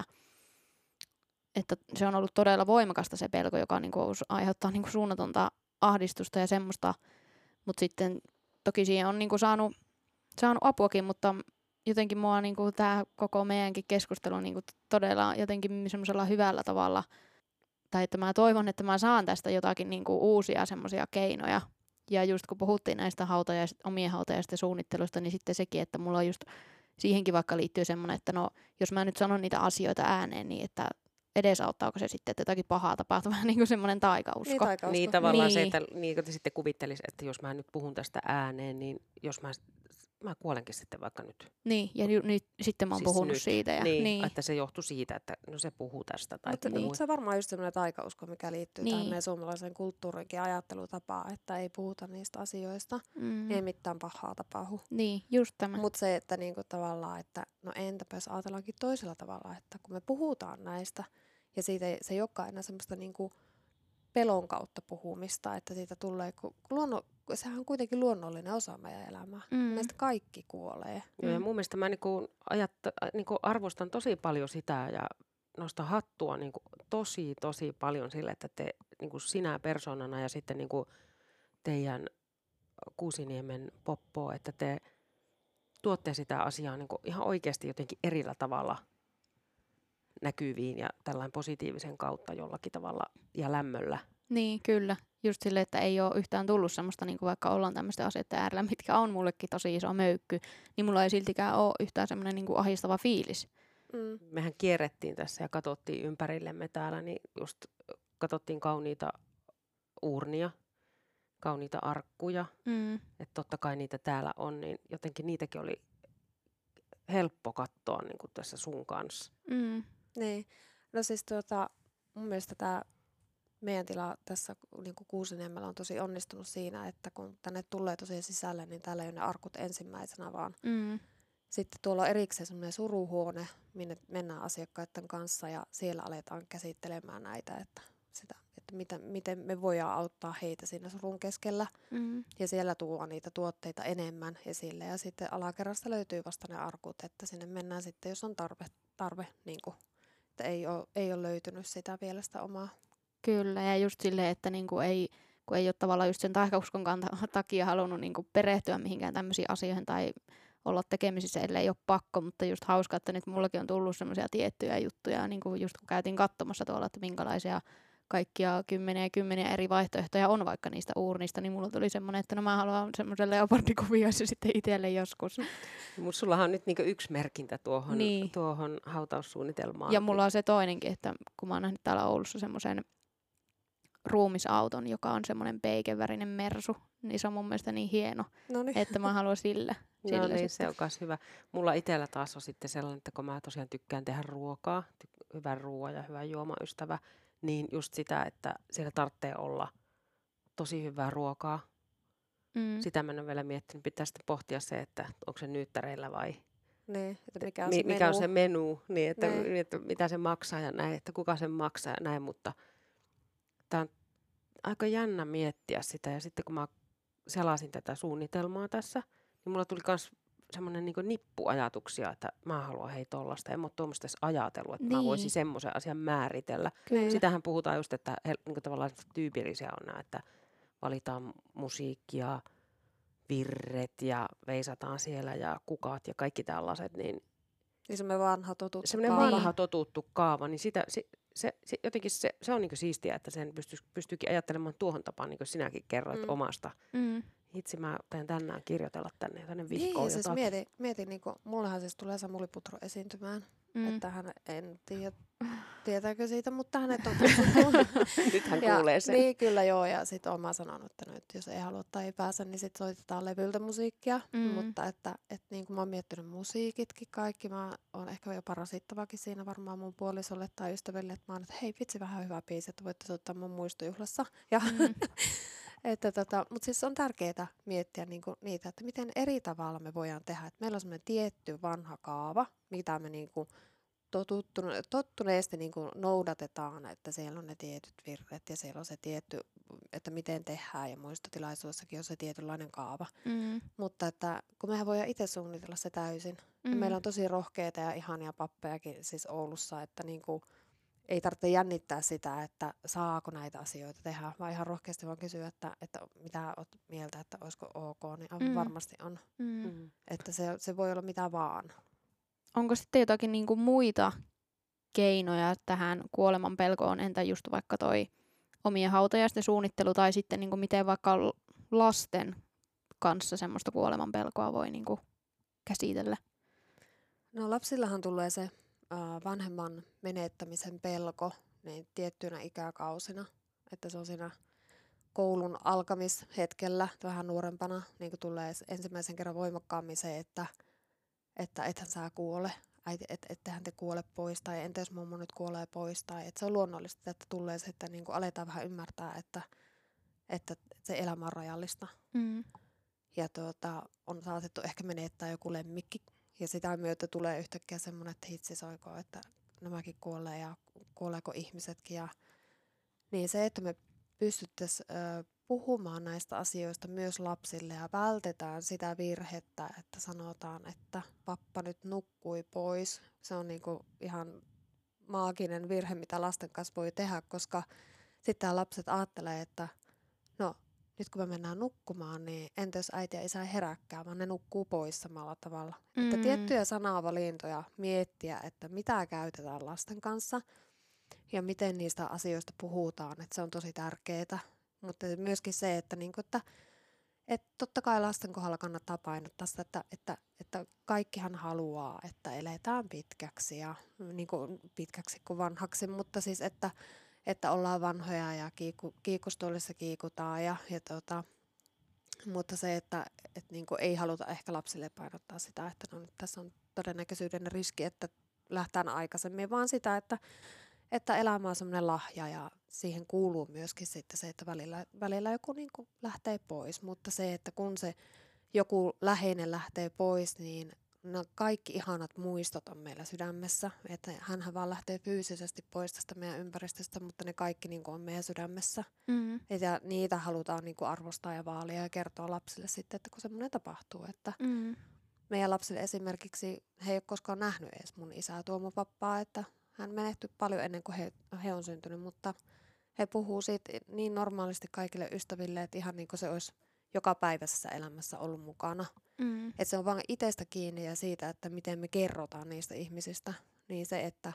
että se on ollut todella voimakasta se pelko, joka niinku aiheuttaa niinku suunnatonta ahdistusta ja semmoista, mutta sitten toki siihen on niinku saanut, saanut apuakin, mutta jotenkin mua niinku tämä koko meidänkin keskustelu niinku todella jotenkin semmoisella hyvällä tavalla, tai että mä toivon, että mä saan tästä jotakin niinku uusia semmoisia keinoja. Ja just kun puhuttiin näistä hautajais, omien hautajaisten suunnittelusta, niin sitten sekin, että mulla on just siihenkin vaikka liittyy semmoinen, että no jos mä nyt sanon niitä asioita ääneen, niin että edesauttaako se sitten, että jotakin pahaa tapahtuu, vähän niin kuin semmoinen taikausko. Niin, taikausko. Niin tavallaan niin. Se, että niin kuin te sitten kuvittelisi, että jos mä nyt puhun tästä ääneen, niin jos mä, mä kuolenkin sitten vaikka nyt. Niin, ja nyt, nyt sitten mä oon siis puhunut nyt. Siitä. Ja, niin, niin, että se johtuu siitä, että no se puhuu tästä. Tai mutta niin. Se on varmaan just semmoinen taikausko, mikä liittyy niin. tähän meidän suomalaisen kulttuurinkin ajattelutapaan, että ei puhuta niistä asioista, mm. ei mitään pahaa tapahdu. Niin, just tämä. Mutta se, että niinku tavallaan, että no entäpä jos ajatellaankin toisella tavalla, että kun me puhutaan näistä, ja siitä se ei olekaan enää semmoista niinku pelon kautta puhumista, että siitä tulee, kun luonno, sehän on kuitenkin luonnollinen osa meidän elämää. Mm. Meistä kaikki kuolee. Joo, ja Mm. mun mielestä mä niinku ajatta, niinku arvostan tosi paljon sitä ja nostan hattua niinku tosi, tosi paljon sille, että te niinku sinä persoonana ja sitten niinku teidän Kuusiniemen Poppo, että te tuotte sitä asiaa niinku ihan oikeasti jotenkin erillä tavalla näkyviin ja tällainen positiivisen kautta jollakin tavalla ja lämmöllä. Niin, kyllä. Just silleen, että ei ole yhtään tullut semmoista, niin kuin vaikka ollaan tämmöisten asioiden äärellä, mitkä on mullekin tosi iso möykky, niin mulla ei siltikään ole yhtään semmoinen niin kuin ahistava fiilis. Mm. Mehän kierrettiin tässä ja katsottiin ympärillemme täällä, niin just katsottiin kauniita uurnia, kauniita arkkuja. Mm. Että totta kai niitä täällä on, niin jotenkin niitäkin oli helppo katsoa niin kuin tässä sun kanssa. Mm. Niin. No siis tuota, mun mielestä tämä meidän tila tässä niin kuin Kuusiniemellä on tosi onnistunut siinä, että kun tänne tulee tosiaan sisälle, niin täällä ei ole ne arkut ensimmäisenä, vaan Mm. sitten tuolla on erikseen semmoinen suruhuone, minne mennään asiakkaiden kanssa ja siellä aletaan käsittelemään näitä, että, sitä, että miten, miten me voidaan auttaa heitä siinä surun keskellä. Mm. Ja siellä tuodaan niitä tuotteita enemmän esille ja sitten alakerrasta löytyy vasta ne arkut, että sinne mennään sitten, jos on tarve, tarve niin kuin, että ei ole, ei ole löytynyt sitä vielä sitä omaa. Kyllä, ja just silleen, että niinku ei, kun ei ole tavallaan just sen taikauskon kanta- takia halunnut niinku perehtyä mihinkään tämmöisiin asioihin tai olla tekemisissä, ellei ole pakko, mutta just hauska, että nyt mullakin on tullut semmoisia tiettyjä juttuja, niin kuin just kun käytiin katsomassa tuolla, että minkälaisia kaikkia kymmeniä ja kymmeniä eri vaihtoehtoja on vaikka niistä uurnista, niin mulla tuli semmoinen, että no mä haluan semmoisen leopardikuvioissa sitten itselle joskus. Mutta sullahan on nyt niinku yksi merkintä tuohon, Niin. tuohon hautaussuunnitelmaan. Ja mulla on se toinenkin, että kun mä oon nähnyt täällä Oulussa semmoisen ruumisauton, joka on semmoinen peikevärinen mersu, niin se on mun mielestä niin hieno, No niin. että mä haluan sillä. No sillä niin, se sitten. on myös hyvä. Mulla itsellä taas on sitten sellainen, että kun mä tosiaan tykkään tehdä ruokaa, ty- hyvän ruoan ja hyvän juomaystävä, niin just sitä, että siellä tarvitsee olla tosi hyvää ruokaa. Mm. Sitä mä en ole vielä miettinyt. Pitää sitten pohtia se, että onko se nyyttäreillä vai Niin, että mikä on mi- se mikä on menu. se menu, niin että, Niin. niin, että mitä se maksaa ja näin, että kuka sen maksaa ja näin, mutta tämä on aika jännä miettiä sitä. Ja sitten kun mä selasin tätä suunnitelmaa tässä, niin mulla tuli myös semmoinen niin nippuajatuksia, että mä haluan hei tollasta. En mä ole tuommoista edes ajatellut, että niin. mä Niin. voisin semmoisen asian määritellä. Kyllä. Sitähän puhutaan just, että he, niin tavallaan tyypillisiä on nämä, että valitaan musiikkia, virret ja veisataan siellä ja kukat ja kaikki tällaiset, niin Niin semmoinen vanha totuttu semmoinen kaava. vanha totuttu kaava, niin sitä, se, se, se, jotenkin se, se on niinku siistiä, että sen pystyy, pystyykin ajattelemaan tuohon tapaan, niin kuin sinäkin kerroit Mm. omasta. Mm. Itse mä teen tänään kirjoitella tänne, tänne Niin, vihkoon ja siis jotakin. mieti, mieti niin kuin, mullehan siis tulee Samuli Putro esiintymään, Mm. että hän, en tiedä, tietääkö siitä, mutta hänet on Nyt hän ja, kuulee sen. Niin, kyllä joo, ja sitten olen mä sanonut, että nyt jos ei halua tai ei pääse, niin sitten soitetaan levyltä musiikkia, Mm. mutta että et, niin kuin mä oon miettinyt musiikitkin kaikki, mä oon ehkä jopa rasittavakin siinä varmaan mun puolisolle tai ystäville, että mä oon, että hei vitsi, vähän hyvä biisi, että voitte soittaa mun muistojuhlassa. Ja Mm. Että tota, mutta siis on tärkeää miettiä niinku niitä, että miten eri tavalla me voidaan tehdä. Et meillä on semmoinen tietty vanha kaava, mitä me niinku totuttune- tottuneesti niinku noudatetaan, että siellä on ne tietyt virret ja siellä on se tietty, että miten tehdään ja muistotilaisuudessakin on se tietynlainen kaava. Mm. Mutta että kun mehän voidaan itse suunnitella se täysin. Ja Mm. meillä on tosi rohkeita ja ihania pappejakin siis Oulussa, että niinku ei tarvitse jännittää sitä, että saako näitä asioita tehdä, vaan ihan rohkeasti vaan kysyä, että, että mitä olet mieltä, että olisiko ok, niin aivan Mm. varmasti on. Mm. Mm. Että se, se voi olla mitä vaan. Onko sitten jotakin niinku muita keinoja tähän kuoleman pelkoon, entä just vaikka toi omien hautajaisten suunnittelu tai sitten niinku miten vaikka l- lasten kanssa semmoista kuoleman pelkoa voi niinku käsitellä? No lapsillahan tulee se äh, vanhemman menettämisen pelko niin tiettynä ikäkausina, että se on siinä koulun alkamishetkellä vähän nuorempana, niin kuin tulee ensimmäisen kerran voimakkaammin se, että, että ethän sä kuole, äiti, et, ettehän te kuole pois, tai entä jos mummo nyt kuolee pois, tai että se on luonnollista, että tulee se, että niin kuin aletaan vähän ymmärtää, että, että se elämä on rajallista. Mm. Ja tuota, on saatettu ehkä menettää joku lemmikki, ja sitä myötä tulee yhtäkkiä semmoinen, että hitsi soiko, että nämäkin kuolee, ja kuoleeko ihmisetkin. Ja niin se, että me pystyttäisiin puhumaan näistä asioista myös lapsille ja vältetään sitä virhettä, että sanotaan, että pappa nyt nukkui pois. Se on niinku ihan maaginen virhe, mitä lasten kanssa voi tehdä, koska sitten lapset ajattelee, että no nyt kun me mennään nukkumaan, niin entä jos äiti ja isä ei herääkään, vaan ne nukkuu pois samalla tavalla. Mm. Että tiettyjä sanavalintoja miettiä, että mitä käytetään lasten kanssa ja miten niistä asioista puhutaan, että se on tosi tärkeää. Mutta myöskin se, että, niinku, että, että totta kai lasten kohdalla kannattaa painottaa sitä, että, että, että kaikkihan haluaa, että eletään pitkäksi ja niin kuin pitkäksi kuin vanhaksi, mutta siis, että, että ollaan vanhoja ja kiiku, kiikustuolissa kiikutaan. Ja, ja tota, mutta se, että, että niin kuin ei haluta ehkä lapsille painottaa sitä, että no nyt tässä on todennäköisyyden riski, että lähtään aikaisemmin, vaan sitä, että Että elämä on semmoinen lahja ja siihen kuuluu myöskin sitten se, että välillä, välillä joku niin kuin lähtee pois. Mutta se, että kun se joku läheinen lähtee pois, niin no kaikki ihanat muistot on meillä sydämessä. Että hänhän vaan lähtee fyysisesti pois tästä meidän ympäristöstä, mutta ne kaikki niin kuin on meidän sydämessä. Mm. Ja niitä halutaan niin kuin arvostaa ja vaalia ja kertoa lapsille sitten, että kun semmoinen tapahtuu. Että mm. meidän lapsille esimerkiksi, he ei ole koskaan nähnyt edes mun isää Tuomo Pappaa, että hän menehtyi paljon ennen kuin he, he on syntynyt, mutta he puhuu siitä niin normaalisti kaikille ystäville, että ihan niin kuin se olisi jokapäiväisessä elämässä ollut mukana. Mm. Että se on vaan itsestä kiinni ja siitä, että miten me kerrotaan niistä ihmisistä. Niin se, että,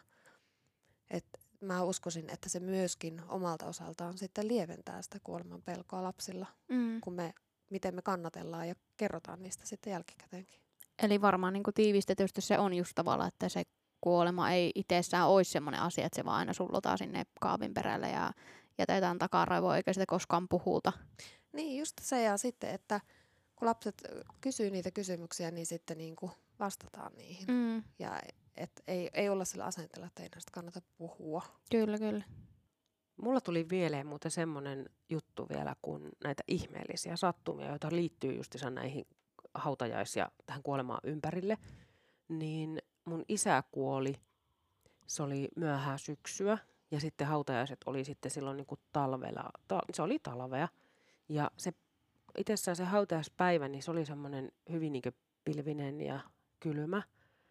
että mä uskoisin, että se myöskin omalta osaltaan sitten lieventää sitä kuoleman pelkoa lapsilla, mm. kun me, miten me kannatellaan ja kerrotaan niistä sitten jälkikäteenkin. Eli varmaan niin kuin tiivistetysti se on just tavallaan, että se kuolema ei itsessään olisi semmoinen asia, että se vaan aina sullotaan sinne kaapin perälle ja jätetään takaraivoon eikä sitä koskaan puhuta. Niin, just se ja sitten, että kun lapset kysyy niitä kysymyksiä, niin sitten niin kuin vastataan niihin. Mm. Ja et ei, ei olla sillä asenteella, että ei näistä kannata puhua. Kyllä, kyllä. Mulla tuli mieleen muuten semmoinen juttu vielä, kun näitä ihmeellisiä sattumia, joita liittyy justissa näihin hautajais- ja tähän kuolemaan ympärille, niin mun isä kuoli, se oli myöhää syksyä ja sitten hautajaiset oli sitten silloin niin kuin talvella, ta, se oli talvea ja se itsessään se hautajaispäivä, niin se oli semmoinen hyvin niin kuin pilvinen ja kylmä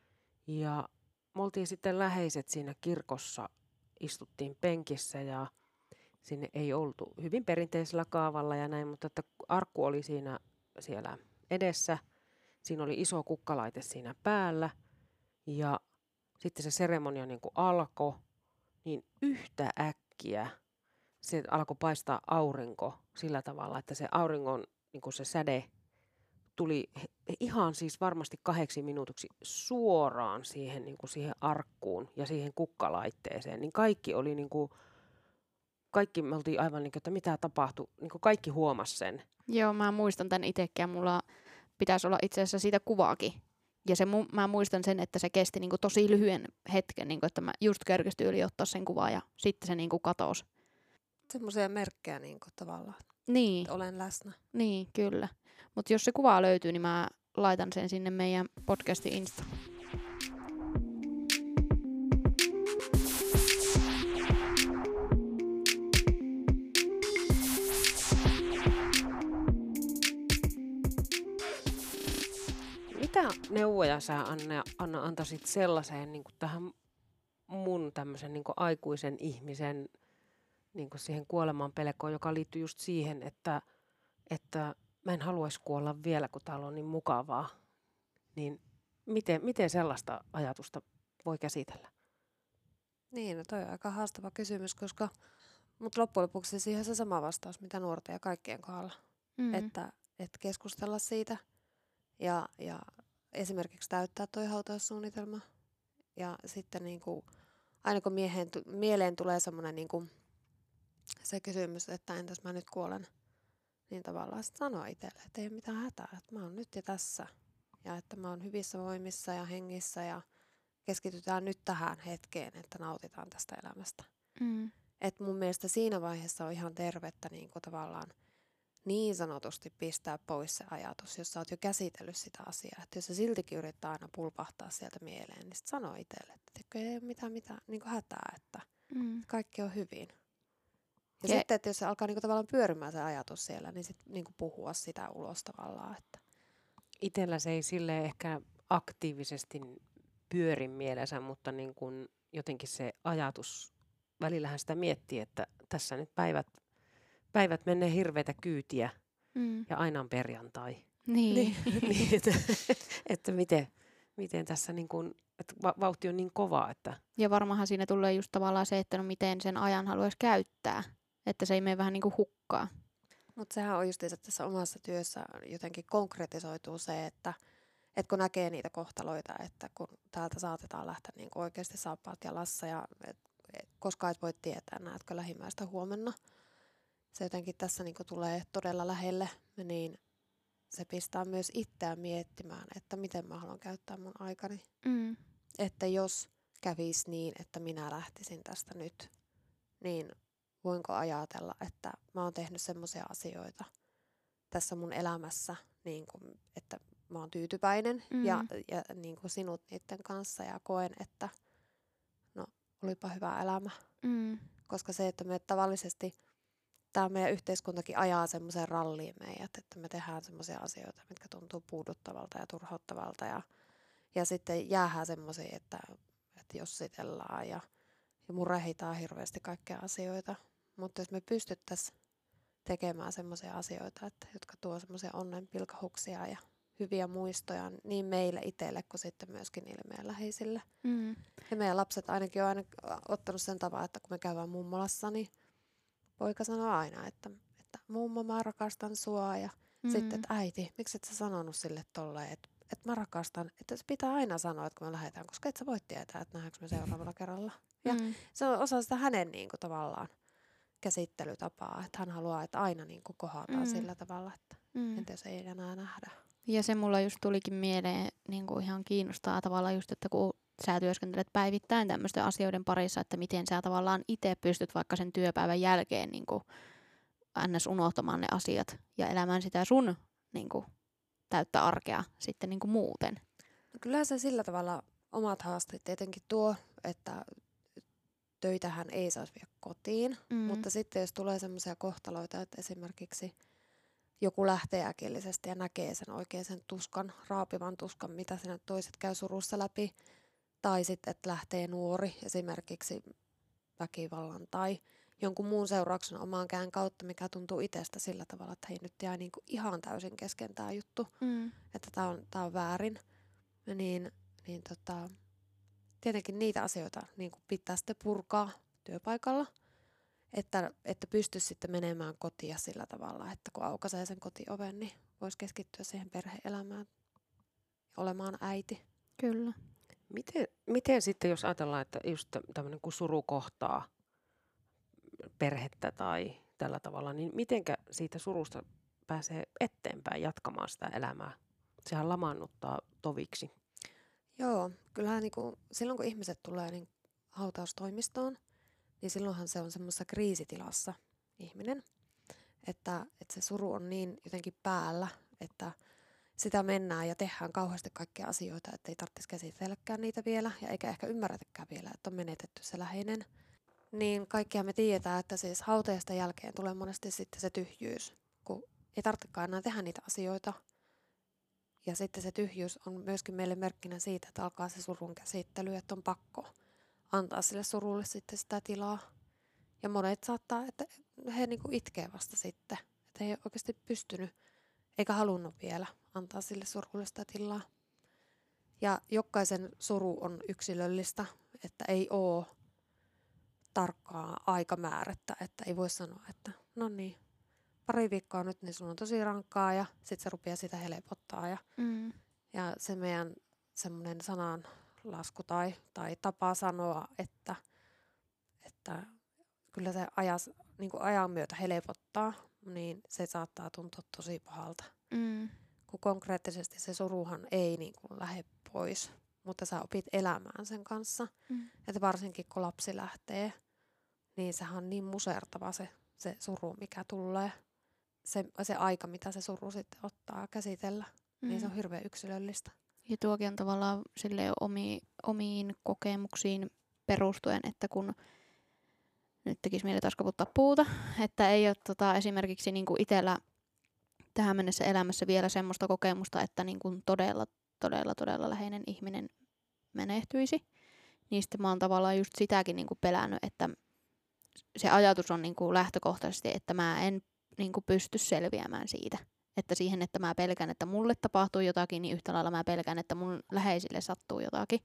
ja me oltiin sitten läheiset siinä kirkossa, istuttiin penkissä ja sinne ei oltu hyvin perinteisellä kaavalla ja näin, mutta että arkku oli siinä siellä edessä, siinä oli iso kukkalaite siinä päällä. Ja sitten se seremonia niin kuin alkoi, niin yhtä äkkiä se alkoi paistaa aurinko sillä tavalla, että se auringon niin kuin se säde tuli ihan siis varmasti kahdeksi minuutiksi suoraan siihen, niin kuin siihen arkkuun ja siihen kukkalaitteeseen. Niin kaikki oli niin kuin, kaikki me oltiin aivan niin kuin, että mitä tapahtui, niin kuin kaikki huomasi sen. Joo, mä muistan tämän itsekin ja mulla pitäisi olla itse asiassa siitä kuvaakin. Ja se, mä muistan sen, että se kesti niinku tosi lyhyen hetken, niinku, että mä just kerkesin yli ottaa sen kuvaa ja sitten se niinku katosi. Semmoisia merkkejä niinku tavallaan, niin. että olen läsnä. Niin, kyllä. Mutta jos se kuva löytyy, niin mä laitan sen sinne meidän podcastin Insta. Mitä neuvoja sä, Anna, Anna antaisit sellaiseen niin kuin tähän mun tämmöisen niin kuin aikuisen ihmisen niin kuin siihen kuoleman pelkoon, joka liittyy just siihen, että, että mä en haluaisi kuolla vielä, kun täällä on niin mukavaa. Niin miten, miten sellaista ajatusta voi käsitellä? Niin, no toi on aika haastava kysymys, koska mutta loppujen lopuksi siihen se sama vastaus, mitä nuorten ja kaikkien kohdalla. Mm. Että, että keskustella siitä ja, ja esimerkiksi täyttää toi hautaussuunnitelma. Ja sitten niin kuin, aina kun miehen, mieleen tulee semmoinen niin kuin se kysymys, että entäs mä nyt kuolen, niin tavallaan sit sanoo itselle, että ei ole mitään hätää, että mä oon nyt ja tässä. Ja että mä oon hyvissä voimissa ja hengissä ja keskitytään nyt tähän hetkeen, että nautitaan tästä elämästä. Mm. Et mun mielestä siinä vaiheessa on ihan tervettä niin kuin tavallaan niin sanotusti pistää pois se ajatus, jos sä oot jo käsitellyt sitä asiaa. Että jos sä siltikin yrittää aina pulpahtaa sieltä mieleen, niin sit sanoo itselle, että ei ole mitään, mitään niin kuin hätää, että mm. kaikki on hyvin. Ja Je- sitten, että jos se alkaa niinku tavallaan pyörimään se ajatus siellä, niin sitten niinku puhua sitä ulos tavallaan. Että. Itellä se ei sille ehkä aktiivisesti pyöri mielessä, mutta niin kun jotenkin se ajatus, välillähän sitä miettii, että tässä nyt päivät, päivät menee hirveätä kyytiä Mm. ja aina on perjantai. Niin. niin, että, että miten, miten tässä niin kun, että va- vauhti on niin kova, että Ja varmahan siinä tulee just tavallaan se, että no miten sen ajan haluaisi käyttää. Että se ei mene vähän niin kuin hukkaa. Mutta sehän on just tässä omassa työssä jotenkin konkretisoituu se, että et kun näkee niitä kohtaloita, että kun täältä saatetaan lähteä niin oikeasti saappaat jalassa ja et, et, koskaan et voi tietää, näetkö lähimmäistä huomenna. Se jotenkin tässä niin tulee todella lähelle, niin se pistää myös itseään miettimään, että miten mä haluan käyttää mun aikani. Mm. Että jos kävisi niin, että minä lähtisin tästä nyt, niin voinko ajatella, että mä oon tehnyt semmoisia asioita tässä mun elämässä, niin kuin, että mä oon tyytyväinen Mm. ja, ja niin kuin sinut niiden kanssa ja koen, että no olipa hyvä elämä. Mm. Koska se, että me tavallisesti, tämä meidän yhteiskuntakin ajaa semmoiseen ralliin meidät, että me tehdään semmoisia asioita, mitkä tuntuu puuduttavalta ja turhauttavalta ja, ja sitten jäähän semmoisia, että, että jossitellaan ja, ja murehitaan hirveästi kaikkea asioita. Mutta jos me pystyttäisiin tekemään semmoisia asioita, että, jotka tuo semmoisia onnenpilkahuksia ja hyviä muistoja niin meille itselle kuin sitten myöskin niille meidän läheisille. Mm. Ja meidän lapset ainakin on aina ottanut sen tavan, että kun me käydään mummolassa, niin poika sanoo aina, että, että mummo, mä rakastan sua. Ja Mm. sitten, että äiti, miksi et sä sanonut sille tolleen, että, että mä rakastan. Että se pitää aina sanoa, että kun me lähdetään, koska et sä voi tietää, että nähdäänkö me seuraavalla kerralla. Ja Mm. se on osa sitä hänen niin kuin, tavallaan käsittelytapaa, että hän haluaa, että aina niin kuin, kohataan Mm. sillä tavalla, että Mm. entä jos ei enää nähdä. Ja se mulla just tulikin mieleen niin kuin ihan kiinnostaa tavallaan just, että kun sä työskentelet päivittäin tämmöisten asioiden parissa, että miten sä tavallaan itse pystyt vaikka sen työpäivän jälkeen niin kuin ns. Unohtamaan ne asiat ja elämään sitä sun niin kuin, täyttä arkea sitten niin kuin muuten. No, kyllä se sillä tavalla omat haasteet tietenkin tuo, että töitähän ei saisi viedä kotiin, Mm. mutta sitten jos tulee semmoisia kohtaloita, että esimerkiksi joku lähtee äkillisesti ja näkee sen oikein sen tuskan, raapivan tuskan, mitä siinä toiset käy surussa läpi, tai sitten, että lähtee nuori esimerkiksi väkivallan tai jonkun muun seurauksen omaan kään kautta, mikä tuntuu itsestä sillä tavalla, että hei, nyt jää niinku ihan täysin kesken tämä juttu, Mm. että tämä on, tää on väärin, niin, niin tota, tietenkin niitä asioita niin kuin pitää sitten purkaa työpaikalla, että, että pystyisi sitten menemään kotia sillä tavalla, että kun aukaisee sen kotioven, niin voisi keskittyä siihen perhe-elämään ja olemaan äiti. Kyllä. Miten, miten sitten, jos ajatellaan, että just tämmöinen kun suru kohtaa perhettä tai tällä tavalla, niin mitenkä siitä surusta pääsee eteenpäin jatkamaan sitä elämää? Sehän lamaannuttaa toviksi. Joo, kyllähän niin kuin, silloin kun ihmiset tulee niin hautaustoimistoon, niin silloinhan se on semmoisessa kriisitilassa ihminen, että, että se suru on niin jotenkin päällä, että sitä mennään ja tehdään kauheasti kaikkia asioita, että ei tarvitsisi käsitelläkään niitä vielä ja eikä ehkä ymmärretäkään vielä, että on menetetty se läheinen. Niin kaikkia me tiedetään, että siis hautajasta jälkeen tulee monesti sitten se tyhjyys, kun ei tarvitsekaan enää tehdä niitä asioita. Ja sitten se tyhjyys on myöskin meille merkkinä siitä, että alkaa se surun käsittely, että on pakko antaa sille surulle sitten sitä tilaa. Ja monet saattaa, että he niinku itkee vasta sitten, että he ei oikeasti pystynyt eikä halunnut vielä antaa sille surulle sitä tilaa. Ja jokaisen suru on yksilöllistä, että ei ole tarkkaa aikamäärettä, että ei voi sanoa, että no niin, pari viikkoa nyt, niin sun on tosi rankkaa ja sitten se rupeaa sitä helpottaa. Ja, Mm. ja se meidän semmoinen sananlasku tai, tai tapa sanoa, että, että kyllä se ajas, niin kuin ajan myötä helpottaa, niin se saattaa tuntua tosi pahalta. Mm. Kun konkreettisesti se suruhan ei niin kuin lähde pois, mutta sä opit elämään sen kanssa. Mm. Että varsinkin kun lapsi lähtee, niin sehän on niin musertava se, se suru, mikä tulee. Se, se aika, mitä se suru sitten ottaa käsitellä, mm. niin se on hirveän yksilöllistä. Ja tuokin on tavallaan silleen omi, omiin kokemuksiin perustuen, että kun nyt tekisi mieli taas koputtaa puuta, että ei ole tota, esimerkiksi niinku itsellä tähän mennessä elämässä vielä semmoista kokemusta, että niinku todella, todella, todella läheinen ihminen menehtyisi. Niin sitten mä oon tavallaan just sitäkin niinku pelännyt, että se ajatus on niinku lähtökohtaisesti, että mä en niinku pysty selviämään siitä. Että siihen, että mä pelkään, että mulle tapahtuu jotakin, niin yhtä lailla mä pelkään, että mun läheisille sattuu jotakin.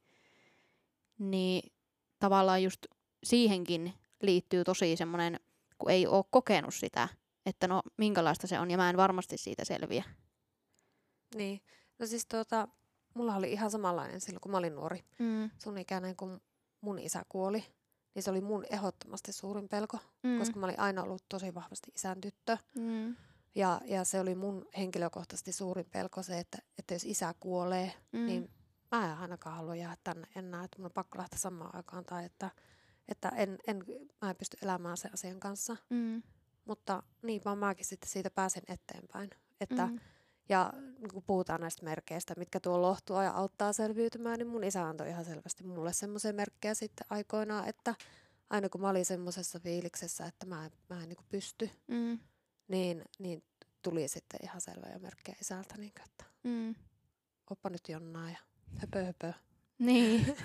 Niin tavallaan just siihenkin liittyy tosi semmoinen, kun ei ole kokenut sitä, että no minkälaista se on, ja mä en varmasti siitä selviä. Niin. No siis tuota, mulla oli ihan samanlainen silloin, kun mä olin nuori. Mm. Sun ikäinen, kun mun isä kuoli, niin se oli mun ehdottomasti suurin pelko, Mm. koska mä olin aina ollut tosi vahvasti isän tyttö. Mm. Ja, ja se oli mun henkilökohtaisesti suurin pelko se, että, että jos isä kuolee, Mm. niin mä en ainakaan halua jäädä tänne enää, että mun on pakko lähteä samaan aikaan tai että, että en, en, mä en pysty elämään sen asian kanssa. Mm. Mutta niin vaan mäkin sitten siitä pääsen eteenpäin. Että, Mm. ja kun puhutaan näistä merkeistä, mitkä tuo lohtua ja auttaa selviytymään, niin mun isä antoi ihan selvästi mulle semmoisia merkkejä sitten aikoinaan, että aina kun mä olin semmoisessa fiiliksessä, että mä en, mä en niin kuin pysty, Mm. niin, niin tuli sitten ihan selviä merkkejä isältä, niin kuin, että Mm. oppa nyt jonnaa ja höpö höpö. Niin.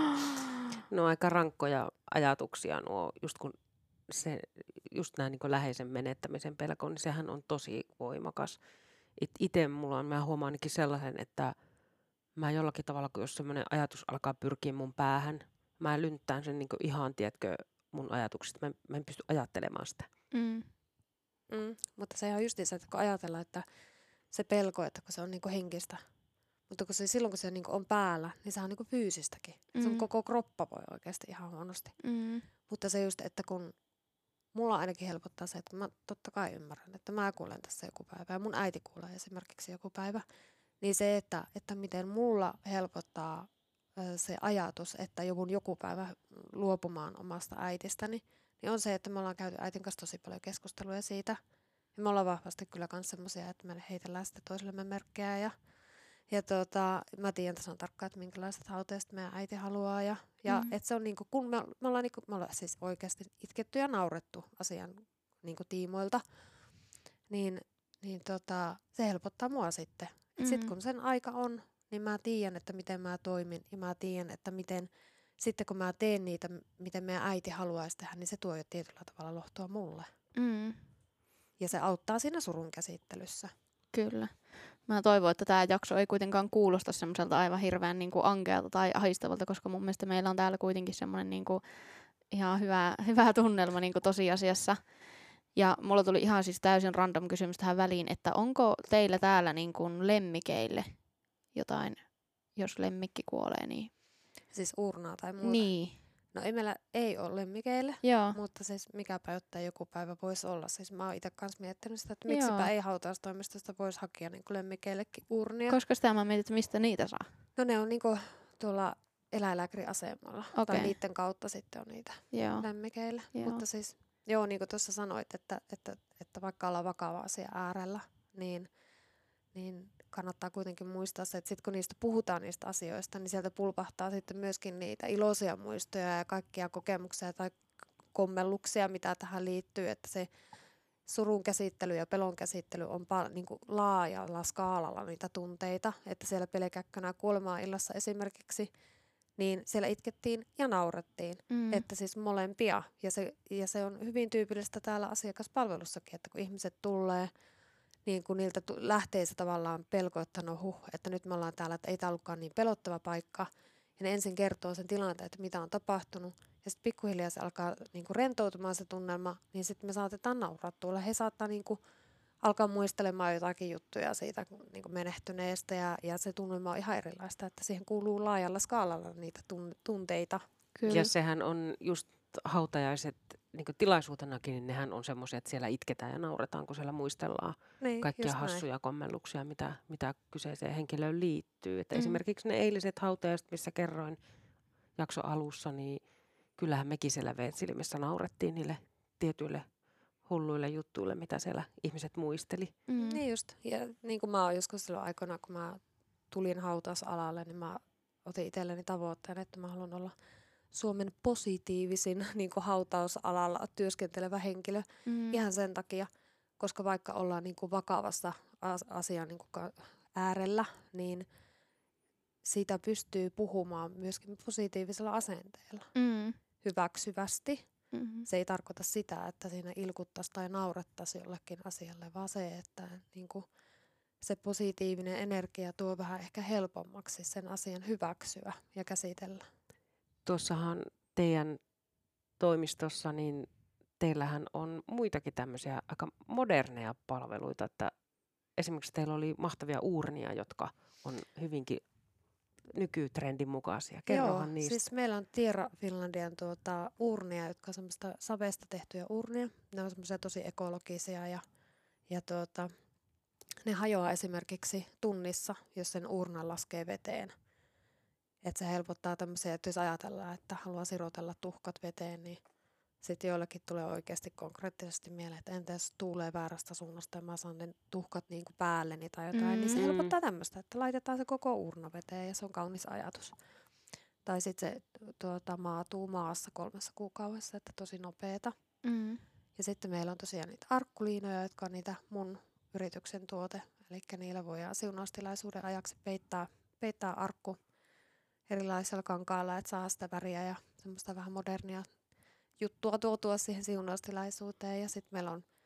No aika rankkoja ajatuksia nuo, just kun se, just nämä niin läheisen menettämisen pelko, niin sehän on tosi voimakas. Itse mulla on, mä huomaan ainakin sellaisen, että mä jollakin tavalla, kun jos semmoinen ajatus alkaa pyrkiä mun päähän, mä lynttään sen niin ihan, tiedätkö, mun ajatuksista. Mä, mä en pysty ajattelemaan sitä. Mm. Mm, mutta se on just se, että kun ajatellaan, että se pelko, että kun se on niinku henkistä, mutta kun se, silloin kun se niinku on päällä, niin se on niinku fyysistäkin. Mm. Sun Mm. koko kroppa voi oikeasti ihan huonosti. Mm. Mutta se just, että kun mulla ainakin helpottaa se, että mä totta kai ymmärrän, että mä kuulen tässä joku päivä ja mun äiti kuulee esimerkiksi joku päivä, niin se, että, että miten mulla helpottaa ö, se ajatus, että joudun joku päivä luopumaan omasta äitistäni, niin on se, että me ollaan käyty äitin kanssa tosi paljon keskusteluja siitä. Ja me ollaan vahvasti kyllä myös semmoisia, että me heitellään sitten toisillemme merkkejä. Ja, ja tota, mä tiedän tasan tarkkaan, että minkälaiset hauteet meidän äiti haluaa. Ja, ja Mm. että se on niinku, kun me, me, ollaan niinku, me ollaan siis oikeasti itketty ja naurettu asian niinku tiimoilta, niin, niin tota, se helpottaa mua sitten. Mm. Sitten kun sen aika on, niin mä tiedän, että miten mä toimin. Ja mä tiedän, että miten sitten kun mä teen niitä, miten meidän äiti haluaisi tehdä, niin se tuo jo tietyllä tavalla lohtua mulle. Mm. Ja se auttaa siinä surun käsittelyssä. Kyllä. Mä toivon, että tämä jakso ei kuitenkaan kuulosta semmoiselta aivan hirveän niin kuin ankealta tai ahistavalta, koska mun mielestä meillä on täällä kuitenkin semmoinen niin kuin ihan hyvä, hyvä tunnelma niin kuin tosiasiassa. Ja mulla tuli ihan siis täysin random kysymys tähän väliin, että onko teillä täällä niin kuin lemmikeille jotain, jos lemmikki kuolee, niin... Siis urnaa tai muuta. Niin, No ei meillä ei ole lemmikeille, joo. mutta siis mikäpä jotta joku päivä voisi olla. Siis mä oon itse kanssa miettinyt sitä, että miksipä Joo. ei hautaustoimistosta voisi hakea niin lemmikeillekin urnia. Koska sitä mä mietin, että mistä niitä saa. No ne on niinku tuolla eläinlääkäriasemalla. Okei. Tai niiden kautta sitten on niitä Joo. lemmikeillä. Joo. Mutta siis, joo niin kuin tuossa sanoit, että, että, että vaikka ollaan vakava asia äärellä, niin, niin kannattaa kuitenkin muistaa se, että sit kun niistä puhutaan niistä asioista, niin sieltä pulpahtaa sitten myöskin niitä iloisia muistoja ja kaikkia kokemuksia tai kommelluksia, mitä tähän liittyy, että se surun käsittely ja pelon käsittely on pal- niin kuin laajalla skaalalla niitä tunteita, että siellä pelkäkkönä kuolemaan illassa esimerkiksi, niin siellä itkettiin ja naurettiin, Mm. että siis molempia. Ja se, ja se on hyvin tyypillistä täällä asiakaspalvelussakin, että kun ihmiset tulee, niin kun niiltä tu- lähtee se tavallaan pelko, että no huh, että nyt me ollaan täällä, että ei tämä ollutkaan niin pelottava paikka. Ja ne ensin kertoo sen tilanteen, että mitä on tapahtunut. Ja sitten pikkuhiljaa se alkaa niinku rentoutumaan se tunnelma, niin sitten me saatetaan nauraa tuolla. He saattaa niinku alkaa muistelemaan jotakin juttuja siitä niinku menehtyneestä ja, ja se tunnelma on ihan erilaista, että siihen kuuluu laajalla skaalalla niitä tun- tunteita. Kyllä. Ja sehän on just hautajaiset niin tilaisuutenakin, niin nehän on semmoisia, että siellä itketään ja nauretaan, kun siellä muistellaan Niin, kaikkia just näin. hassuja kommelluksia, mitä, mitä kyseiseen henkilöön liittyy. Että Mm. esimerkiksi ne eiliset hautajaiset, missä kerroin jakso alussa, niin kyllähän mekin siellä silmissä naurettiin niille tietyille hulluille juttuille, mitä siellä ihmiset muisteli. Mm. Niin just. Ja niin kuin mä oon joskus silloin aikana, kun mä tulin hautausalalle, niin mä otin itselleni tavoitteen, että mä haluan olla Suomen positiivisin niin kuin hautausalalla työskentelevä henkilö Mm. ihan sen takia, koska vaikka ollaan niin kuin vakavassa as- asian niin kuin ka- äärellä, niin siitä pystyy puhumaan myöskin positiivisella asenteella, Mm. hyväksyvästi. Mm. Se ei tarkoita sitä, että siinä ilkuttaisi tai naurettaisi jollekin asialle, vaan se, että niin kuin se positiivinen energia tuo vähän ehkä helpommaksi sen asian hyväksyä ja käsitellä. Tuossahan teidän toimistossa, niin teillähän on muitakin tämmöisiä aika moderneja palveluita, että esimerkiksi teillä oli mahtavia uurnia, jotka on hyvinkin nykytrendin mukaisia. Kerrohan Joo, niistä. siis meillä on Tierra Finlandian tuota, uurnia, jotka on semmoista savesta tehtyjä uurnia. Ne on semmoisia tosi ekologisia ja, ja tuota, ne hajoaa esimerkiksi tunnissa, jos sen uurnan laskee veteen. Et se helpottaa tämmöisiä, että jos ajatellaan, että haluaa sirotella tuhkat veteen, niin sitten joillekin tulee oikeasti konkreettisesti mieleen, että entä jos tuulee väärästä suunnasta ja mä saan ne tuhkat niinku päälleni tai jotain, mm. niin se Mm. helpottaa tämmöistä, että laitetaan se koko uurna veteen ja se on kaunis ajatus. Tai sitten se tuota, maatuu maassa kolmessa kuukaudessa, että tosi nopeeta. Mm. Ja sitten meillä on tosiaan niitä arkkuliinoja, jotka on niitä mun yrityksen tuote. Eli niillä voidaan siunaustilaisuuden ajaksi peittää, peittää arkku erilaisella kankaalla, että saa sitä väriä ja semmoista vähän modernia juttua tuotua siihen siunaustilaisuuteen. Ja sitten meillä on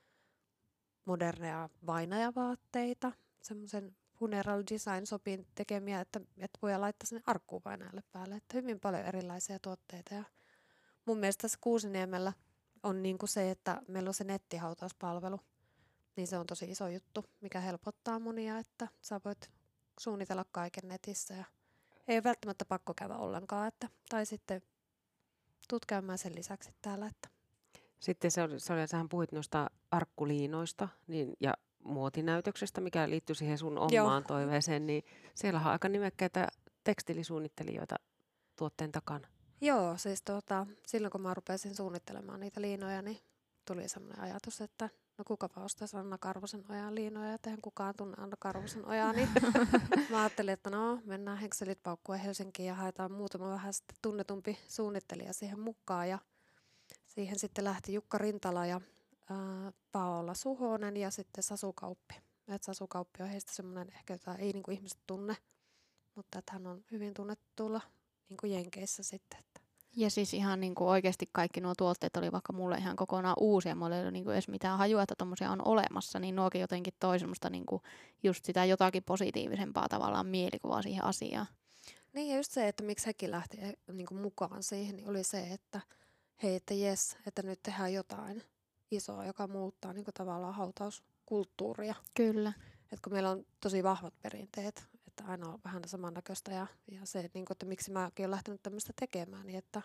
moderneja vainajavaatteita, semmoisen funeral design sopin tekemiä, että, että voidaan laittaa sinne arkkuun vainajalle päälle. Että hyvin paljon erilaisia tuotteita. Ja mun mielestä tässä Kuusiniemellä on niinku se, että meillä on se nettihautauspalvelu, niin se on tosi iso juttu, mikä helpottaa monia, että sä voit suunnitella kaiken netissä ja ei ole välttämättä pakko käydä ollenkaan, että, tai sitten tuut käymään sen lisäksi täällä. Että. Sitten se oli, se oli, sähän puhuit noista arkkuliinoista niin, ja muotinäytöksestä, mikä liittyy siihen sun omaan Joo. toiveeseen, niin siellä on aika nimekkäitä tekstiilisuunnittelijoita tuotteen takana. Joo, siis tuota, silloin kun mä rupesin suunnittelemaan niitä liinoja, niin tuli sellainen ajatus, että no kukapa ostaisi Anna Karvosen ojan liinoja, että eihän kukaan tunne Anna Karvosen ojaa, niin mä ajattelin, että no mennään henkselit paukkuen Helsinkiin ja haetaan muutama vähän sitten tunnetumpi suunnittelija siihen mukaan ja siihen sitten lähti Jukka Rintala ja ää, Paola Suhonen ja sitten Sasu Kauppi. Et Sasu Kauppi on heistä semmoinen ehkä, jota ei niinku ihmiset tunne, mutta että hän on hyvin tunnettu tuolla niinku Jenkeissä sitten. Että. Ja siis ihan niin kuin oikeasti kaikki nuo tuotteet oli vaikka mulle ihan kokonaan uusia. Mulla ei ole niin kuin edes mitään hajua, että tommosia on olemassa. Niin nuokin jotenkin toi semmoista niin kuin just sitä jotakin positiivisempaa tavallaan mielikuvaa siihen asiaan. Niin ja just se, että miksi hekin lähti eh, niinku mukaan siihen, niin oli se, että hei, että jes, että nyt tehdään jotain isoa, joka muuttaa niinku tavallaan hautauskulttuuria. Kyllä. Et kun meillä on tosi vahvat perinteet, että aina on vähän samannäköistä ja, ja se, että, niinku, että miksi mäkin olen lähtenyt tämmöistä tekemään, niin että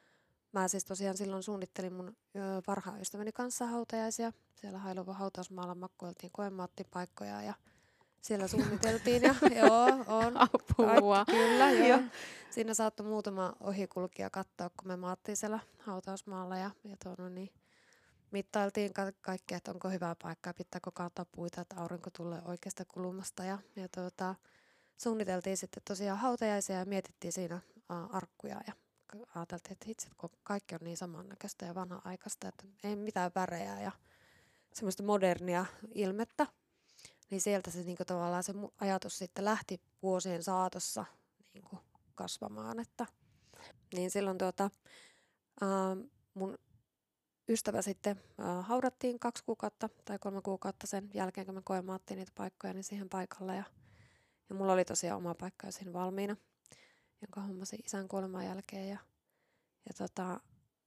mä siis tosiaan silloin suunnittelin mun ö, parhaan ystäväni kanssa hautajaisia. Siellä Hailuvan hautausmaalla makkoiltiin koemaattipaikkoja ja siellä suunniteltiin ja joo, on. Apua. Kaikki, kyllä, joo. Siinä saattoi muutama ohikulkija katsoa, kun me maattiin siellä hautausmaalla ja, ja tuonne, niin mittailtiin ka- kaikkea, että onko hyvä paikka ja pitääkö kaataa puita, että aurinko tulee oikeasta kulmasta. Ja, ja tuota, suunniteltiin sitten tosiaan hautajaisia ja mietittiin siinä ä, arkkuja ja ajateltiin, että itse kun kaikki on niin samannäköistä ja vanha-aikaista, että ei mitään värejä ja semmoista modernia ilmettä. Niin sieltä se niinku tavallaan se ajatus sitten lähti vuosien saatossa niinku kasvamaan. Että. Niin silloin tuota, ää, mun ystävä sitten ää, haudattiin kaksi kuukautta tai kolme kuukautta sen jälkeen, kun me koemaattiin niitä paikkoja, niin siihen paikalle. Ja, ja mulla oli tosiaan oma paikka jo siinä valmiina, jonka hommasin isän kuoleman jälkeen. Ja, ja tota,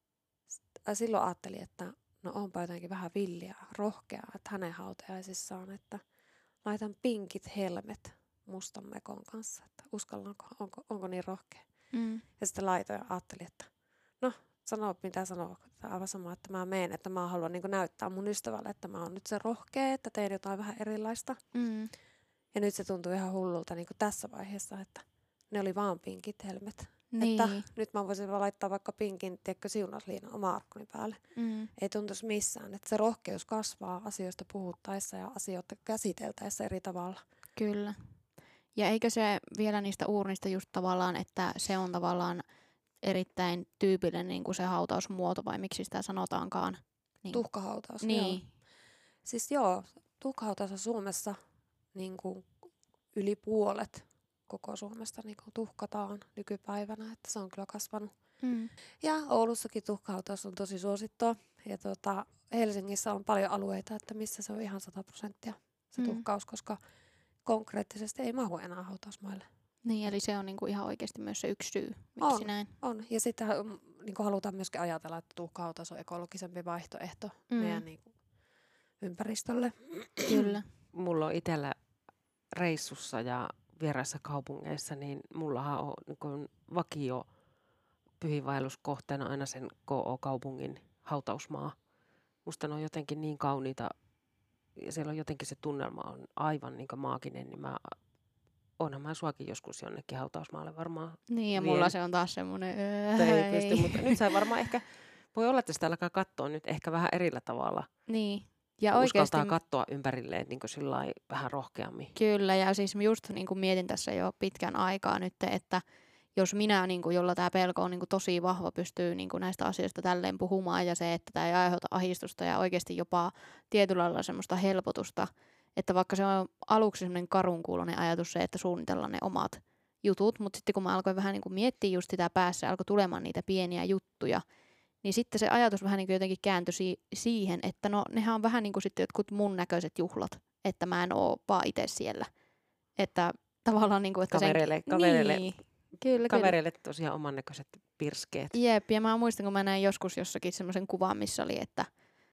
silloin ajattelin, että no onpa jotenkin vähän villiä, rohkeaa, että hänen hautajaisissaan, että laitan pinkit helmet mustan mekon kanssa, että uskallanko, onko, onko niin rohkea. Mm. Ja sitten laitoin ja ajattelin, että no sanoo mitä sanoo, aivan sama, että mä menen, että mä haluan niin kuin näyttää mun ystävälle, että mä oon nyt se rohkea, että teen jotain vähän erilaista. Mm. Ja nyt se tuntui ihan hullulta niin kuin tässä vaiheessa, että ne oli vaan pinkit helmet. Niin. Että nyt mä voisin vaan laittaa vaikka pinkin, tiedätkö, siunausliinan oma arkkuni päälle. Mm. Ei tuntuisi missään, että se rohkeus kasvaa asioista puhuttaessa ja asioita käsiteltäessä eri tavalla. Kyllä. Ja eikö se vielä niistä uurnista just tavallaan, että se on tavallaan erittäin tyypillinen niin kuin se hautausmuoto, vai miksi sitä sanotaankaan. Niin. Tuhkahautaus, Niin. joo. Siis joo, tuhkahautaus on Suomessa niin kuin yli puolet koko Suomesta niin kuin tuhkataan nykypäivänä, että se on kyllä kasvanut. Mm. Ja Oulussakin tuhkahautaus on tosi suosittua. Ja tuota, Helsingissä on paljon alueita, että missä se on ihan sata prosenttia se Mm. tuhkaus, koska konkreettisesti ei mahu enää hautausmaille. Niin, eli se on niinku ihan oikeasti myös se yksi syy, miksi On. näin. On. Ja sitten niin halutaan myöskin ajatella, että tuhkahautaus on ekologisempi vaihtoehto Mm. meidän niin kuin, ympäristölle. Kyllä. Mulla on itsellä reissussa ja vieraissa kaupungeissa, niin mullahan on niin vakio pyhiinvaelluskohteena aina sen K O-kaupungin hautausmaa. Musta ne on jotenkin niin kauniita ja siellä on jotenkin se tunnelma on aivan niin maaginen, niin mä, onhan mä suakin joskus jonnekin hautausmaalle varmaan. Niin, ja vien. mulla se on taas semmoinen, Ei pysty, mutta nyt sä varmaan ehkä, voi olla, että sitä alkaa katsoa nyt ehkä vähän erillä tavalla. Niin. Ja oikeasti, uskaltaa katsoa ympärilleen niin sillai vähän rohkeammin. Kyllä, ja siis just niin kuin mietin tässä jo pitkän aikaa nyt, että jos minä, niin kuin, jolla tämä pelko on niin kuin tosi vahva, pystyy niin kuin näistä asioista tälleen puhumaan, ja se, että tämä ei aiheuta ahdistusta ja oikeasti jopa tietyllä lailla semmoista helpotusta, että vaikka se on aluksi semmoinen karunkuuloinen ajatus se, että suunnitellaan ne omat jutut, mutta sitten kun mä alkoin vähän niin kuin miettiä just sitä päässä, alkoi tulemaan niitä pieniä juttuja, niin sitten se ajatus vähän niin kuin jotenkin kääntyi si- siihen, että no nehän on vähän niin kuin sitten jotkut mun näköiset juhlat, että mä en oo vaan itse siellä. Että tavallaan niin kuin, että kavereille, sen... kavereille, niin. Kyllä, kavereille kyllä. Tosiaan oman näköiset pirskeet. Jep, ja mä muistan, kun mä näin joskus jossakin semmoisen kuvan, missä oli, että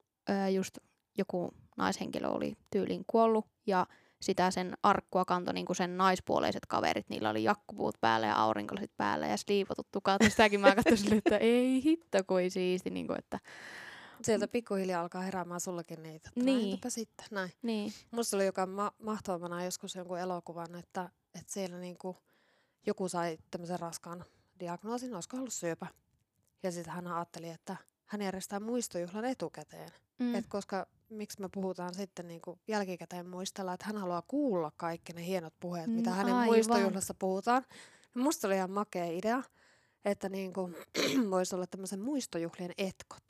ö, just joku naishenkilö oli tyyliin kuollut, ja sitä sen arkkua kantoi niin kuin sen naispuoleiset kaverit. Niillä oli jakkupuut päällä ja aurinkolasit päällä ja sliivotut tukat. Ja sitäkin mä katsoin silleen, että ei hitto, kuin siisti. Niin kuin, että... Sieltä pikkuhiljaa alkaa heräämään sullakin niitä. Että Niin. no, entäpä sitten, näin. Niin. Musta oli joka ma- mahtavana joskus jonkun elokuvan, että, että siellä niinku joku sai tämmöisen raskaan diagnoosin, olisiko ollut syöpä. Ja sitten hän ajatteli, että hän järjestää muistojuhlan etukäteen. Mm. Et koska miksi me puhutaan sitten niinku jälkikäteen muistella, että hän haluaa kuulla kaikki ne hienot puheet, Mm, mitä hänen aivan. muistojuhlassa puhutaan. Ja musta oli ihan makea idea, että niinku, voisi olla tämmöisen muistojuhlien etkot.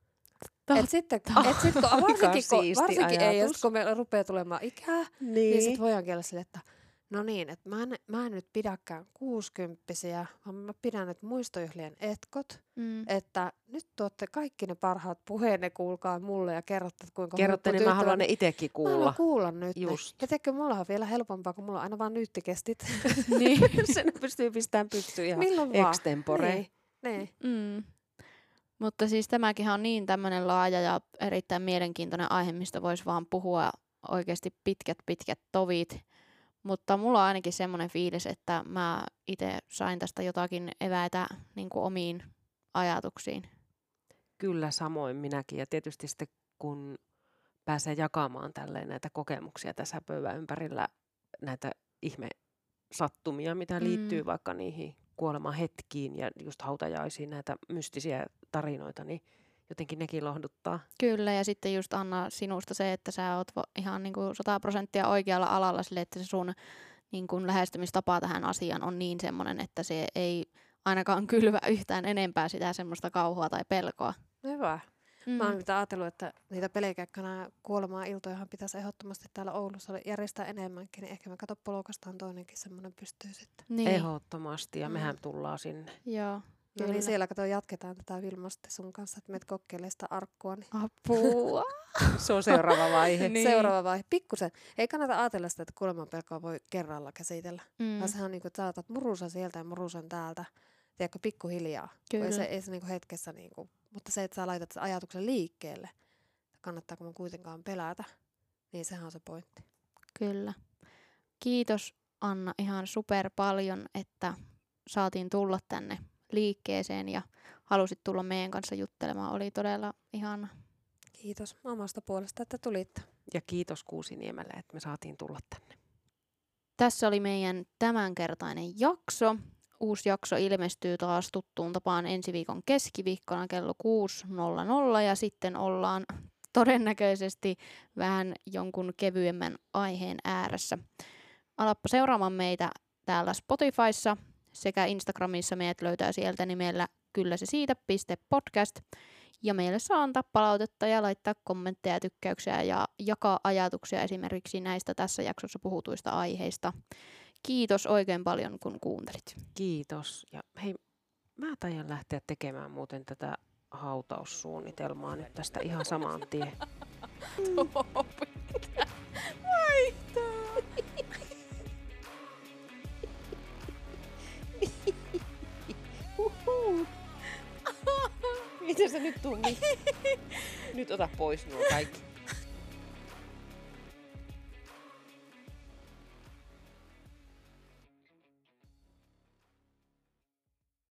Et sitten, et sit, kun, varsinkin, kun, varsinkin ei, ja sit, kun meillä rupeaa tulemaan ikää, niin, niin sitten voidaan kiellä sille, että no niin, että mä en, mä en nyt pidäkään kuusikymppisiä, vaan mä pidän nyt muistojuhlien etkot, Mm. että nyt tuotte kaikki ne parhaat puheenne, kuulkaa mulle ja kerrotte, että kuinka Kerrotte, niin mä haluan ne itekin Mä haluan kuulla. kuulla nyt. Just. Ja teikö, mulla on vielä helpompaa, kun mulla on aina vaan nyyttikestit. Niin. Sen pystyy pistämään pystyyn ihan Milloin vaan. extempore. Niin, niin. Mm. Mutta siis tämäkin on niin tämmöinen laaja ja erittäin mielenkiintoinen aihe, mistä voisi vaan puhua oikeasti pitkät pitkät tovit. Mutta mulla on ainakin semmoinen fiilis, että mä itse sain tästä jotakin eväitä niin kuin omiin ajatuksiin. Kyllä, samoin minäkin. Ja tietysti sitten kun pääsee jakamaan tälleen näitä kokemuksia tässä pöydän ympärillä, näitä ihme sattumia, mitä Mm. liittyy vaikka niihin kuolemahetkiin ja just hautajaisiin, näitä mystisiä tarinoita, niin jotenkin nekin lohduttaa. Kyllä, ja sitten just Anna sinusta se, että sä oot vo- ihan niin kuin sata prosenttia oikealla alalla sille, että se sun niin kuin lähestymistapa tähän asiaan on niin semmoinen, että se ei ainakaan kylvä yhtään enempää sitä semmoista kauhua tai pelkoa. Hyvä. Mm. Mä oon nyt ajatellut, että niitä pelkäkkänä kuolemaa iltojahan pitäisi ehdottomasti täällä Oulussa järjestää enemmänkin, niin ehkä me kato polokastaan toinenkin semmoinen pystyy sitten. Niin, Ehdottomasti, ja Mm. mehän tullaan sinne. joo. No Kyllä. niin siellä kato jatketaan tätä Vilma sitten sun kanssa, että meet kokeilee sitä arkkua. Niin Apua. Se on seuraava vaihe. Niin. seuraava vaihe. Pikkusen. Ei kannata ajatella sitä, että kuolemanpelkoa voi kerralla käsitellä. Mm. Vaan sehän on niin kuin, että sä otat murusen sieltä ja murusen täältä. Tiedätkö, pikkuhiljaa. Kun Kyllä. Ei se, ei se niin kuin hetkessä, niin kuin, mutta se, että sä laitat sen ajatuksen liikkeelle, kannattaako mun kuitenkaan pelätä, niin sehän on se pointti. Kyllä. Kiitos Anna ihan super paljon, että saatiin tulla tänne liikkeeseen ja halusit tulla meidän kanssa juttelemaan. Oli todella ihana. Kiitos omasta puolesta, että tulitte. Ja kiitos Kuusiniemelle, että me saatiin tulla tänne. Tässä oli meidän tämänkertainen jakso. Uusi jakso ilmestyy taas tuttuun tapaan ensi viikon keskiviikkona kello kuusi nolla nolla ja sitten ollaan todennäköisesti vähän jonkun kevyemmän aiheen ääressä. Alappa seuraamaan meitä täällä Spotifyssa, sekä Instagramissa meidät löytää sieltä nimellä kyllä se siitä piste podcast. Ja meille saa antaa palautetta ja laittaa kommentteja ja tykkäyksiä ja jakaa ajatuksia esimerkiksi näistä tässä jaksossa puhutuista aiheista. Kiitos oikein paljon, kun kuuntelit. Kiitos. Ja hei, mä taidan lähteä tekemään muuten tätä hautaussuunnitelmaa nyt tästä ihan saman tien. Tuo pitää vaihtaa. Miten sä nyt tunnit? Nyt ota pois nuo kaikki.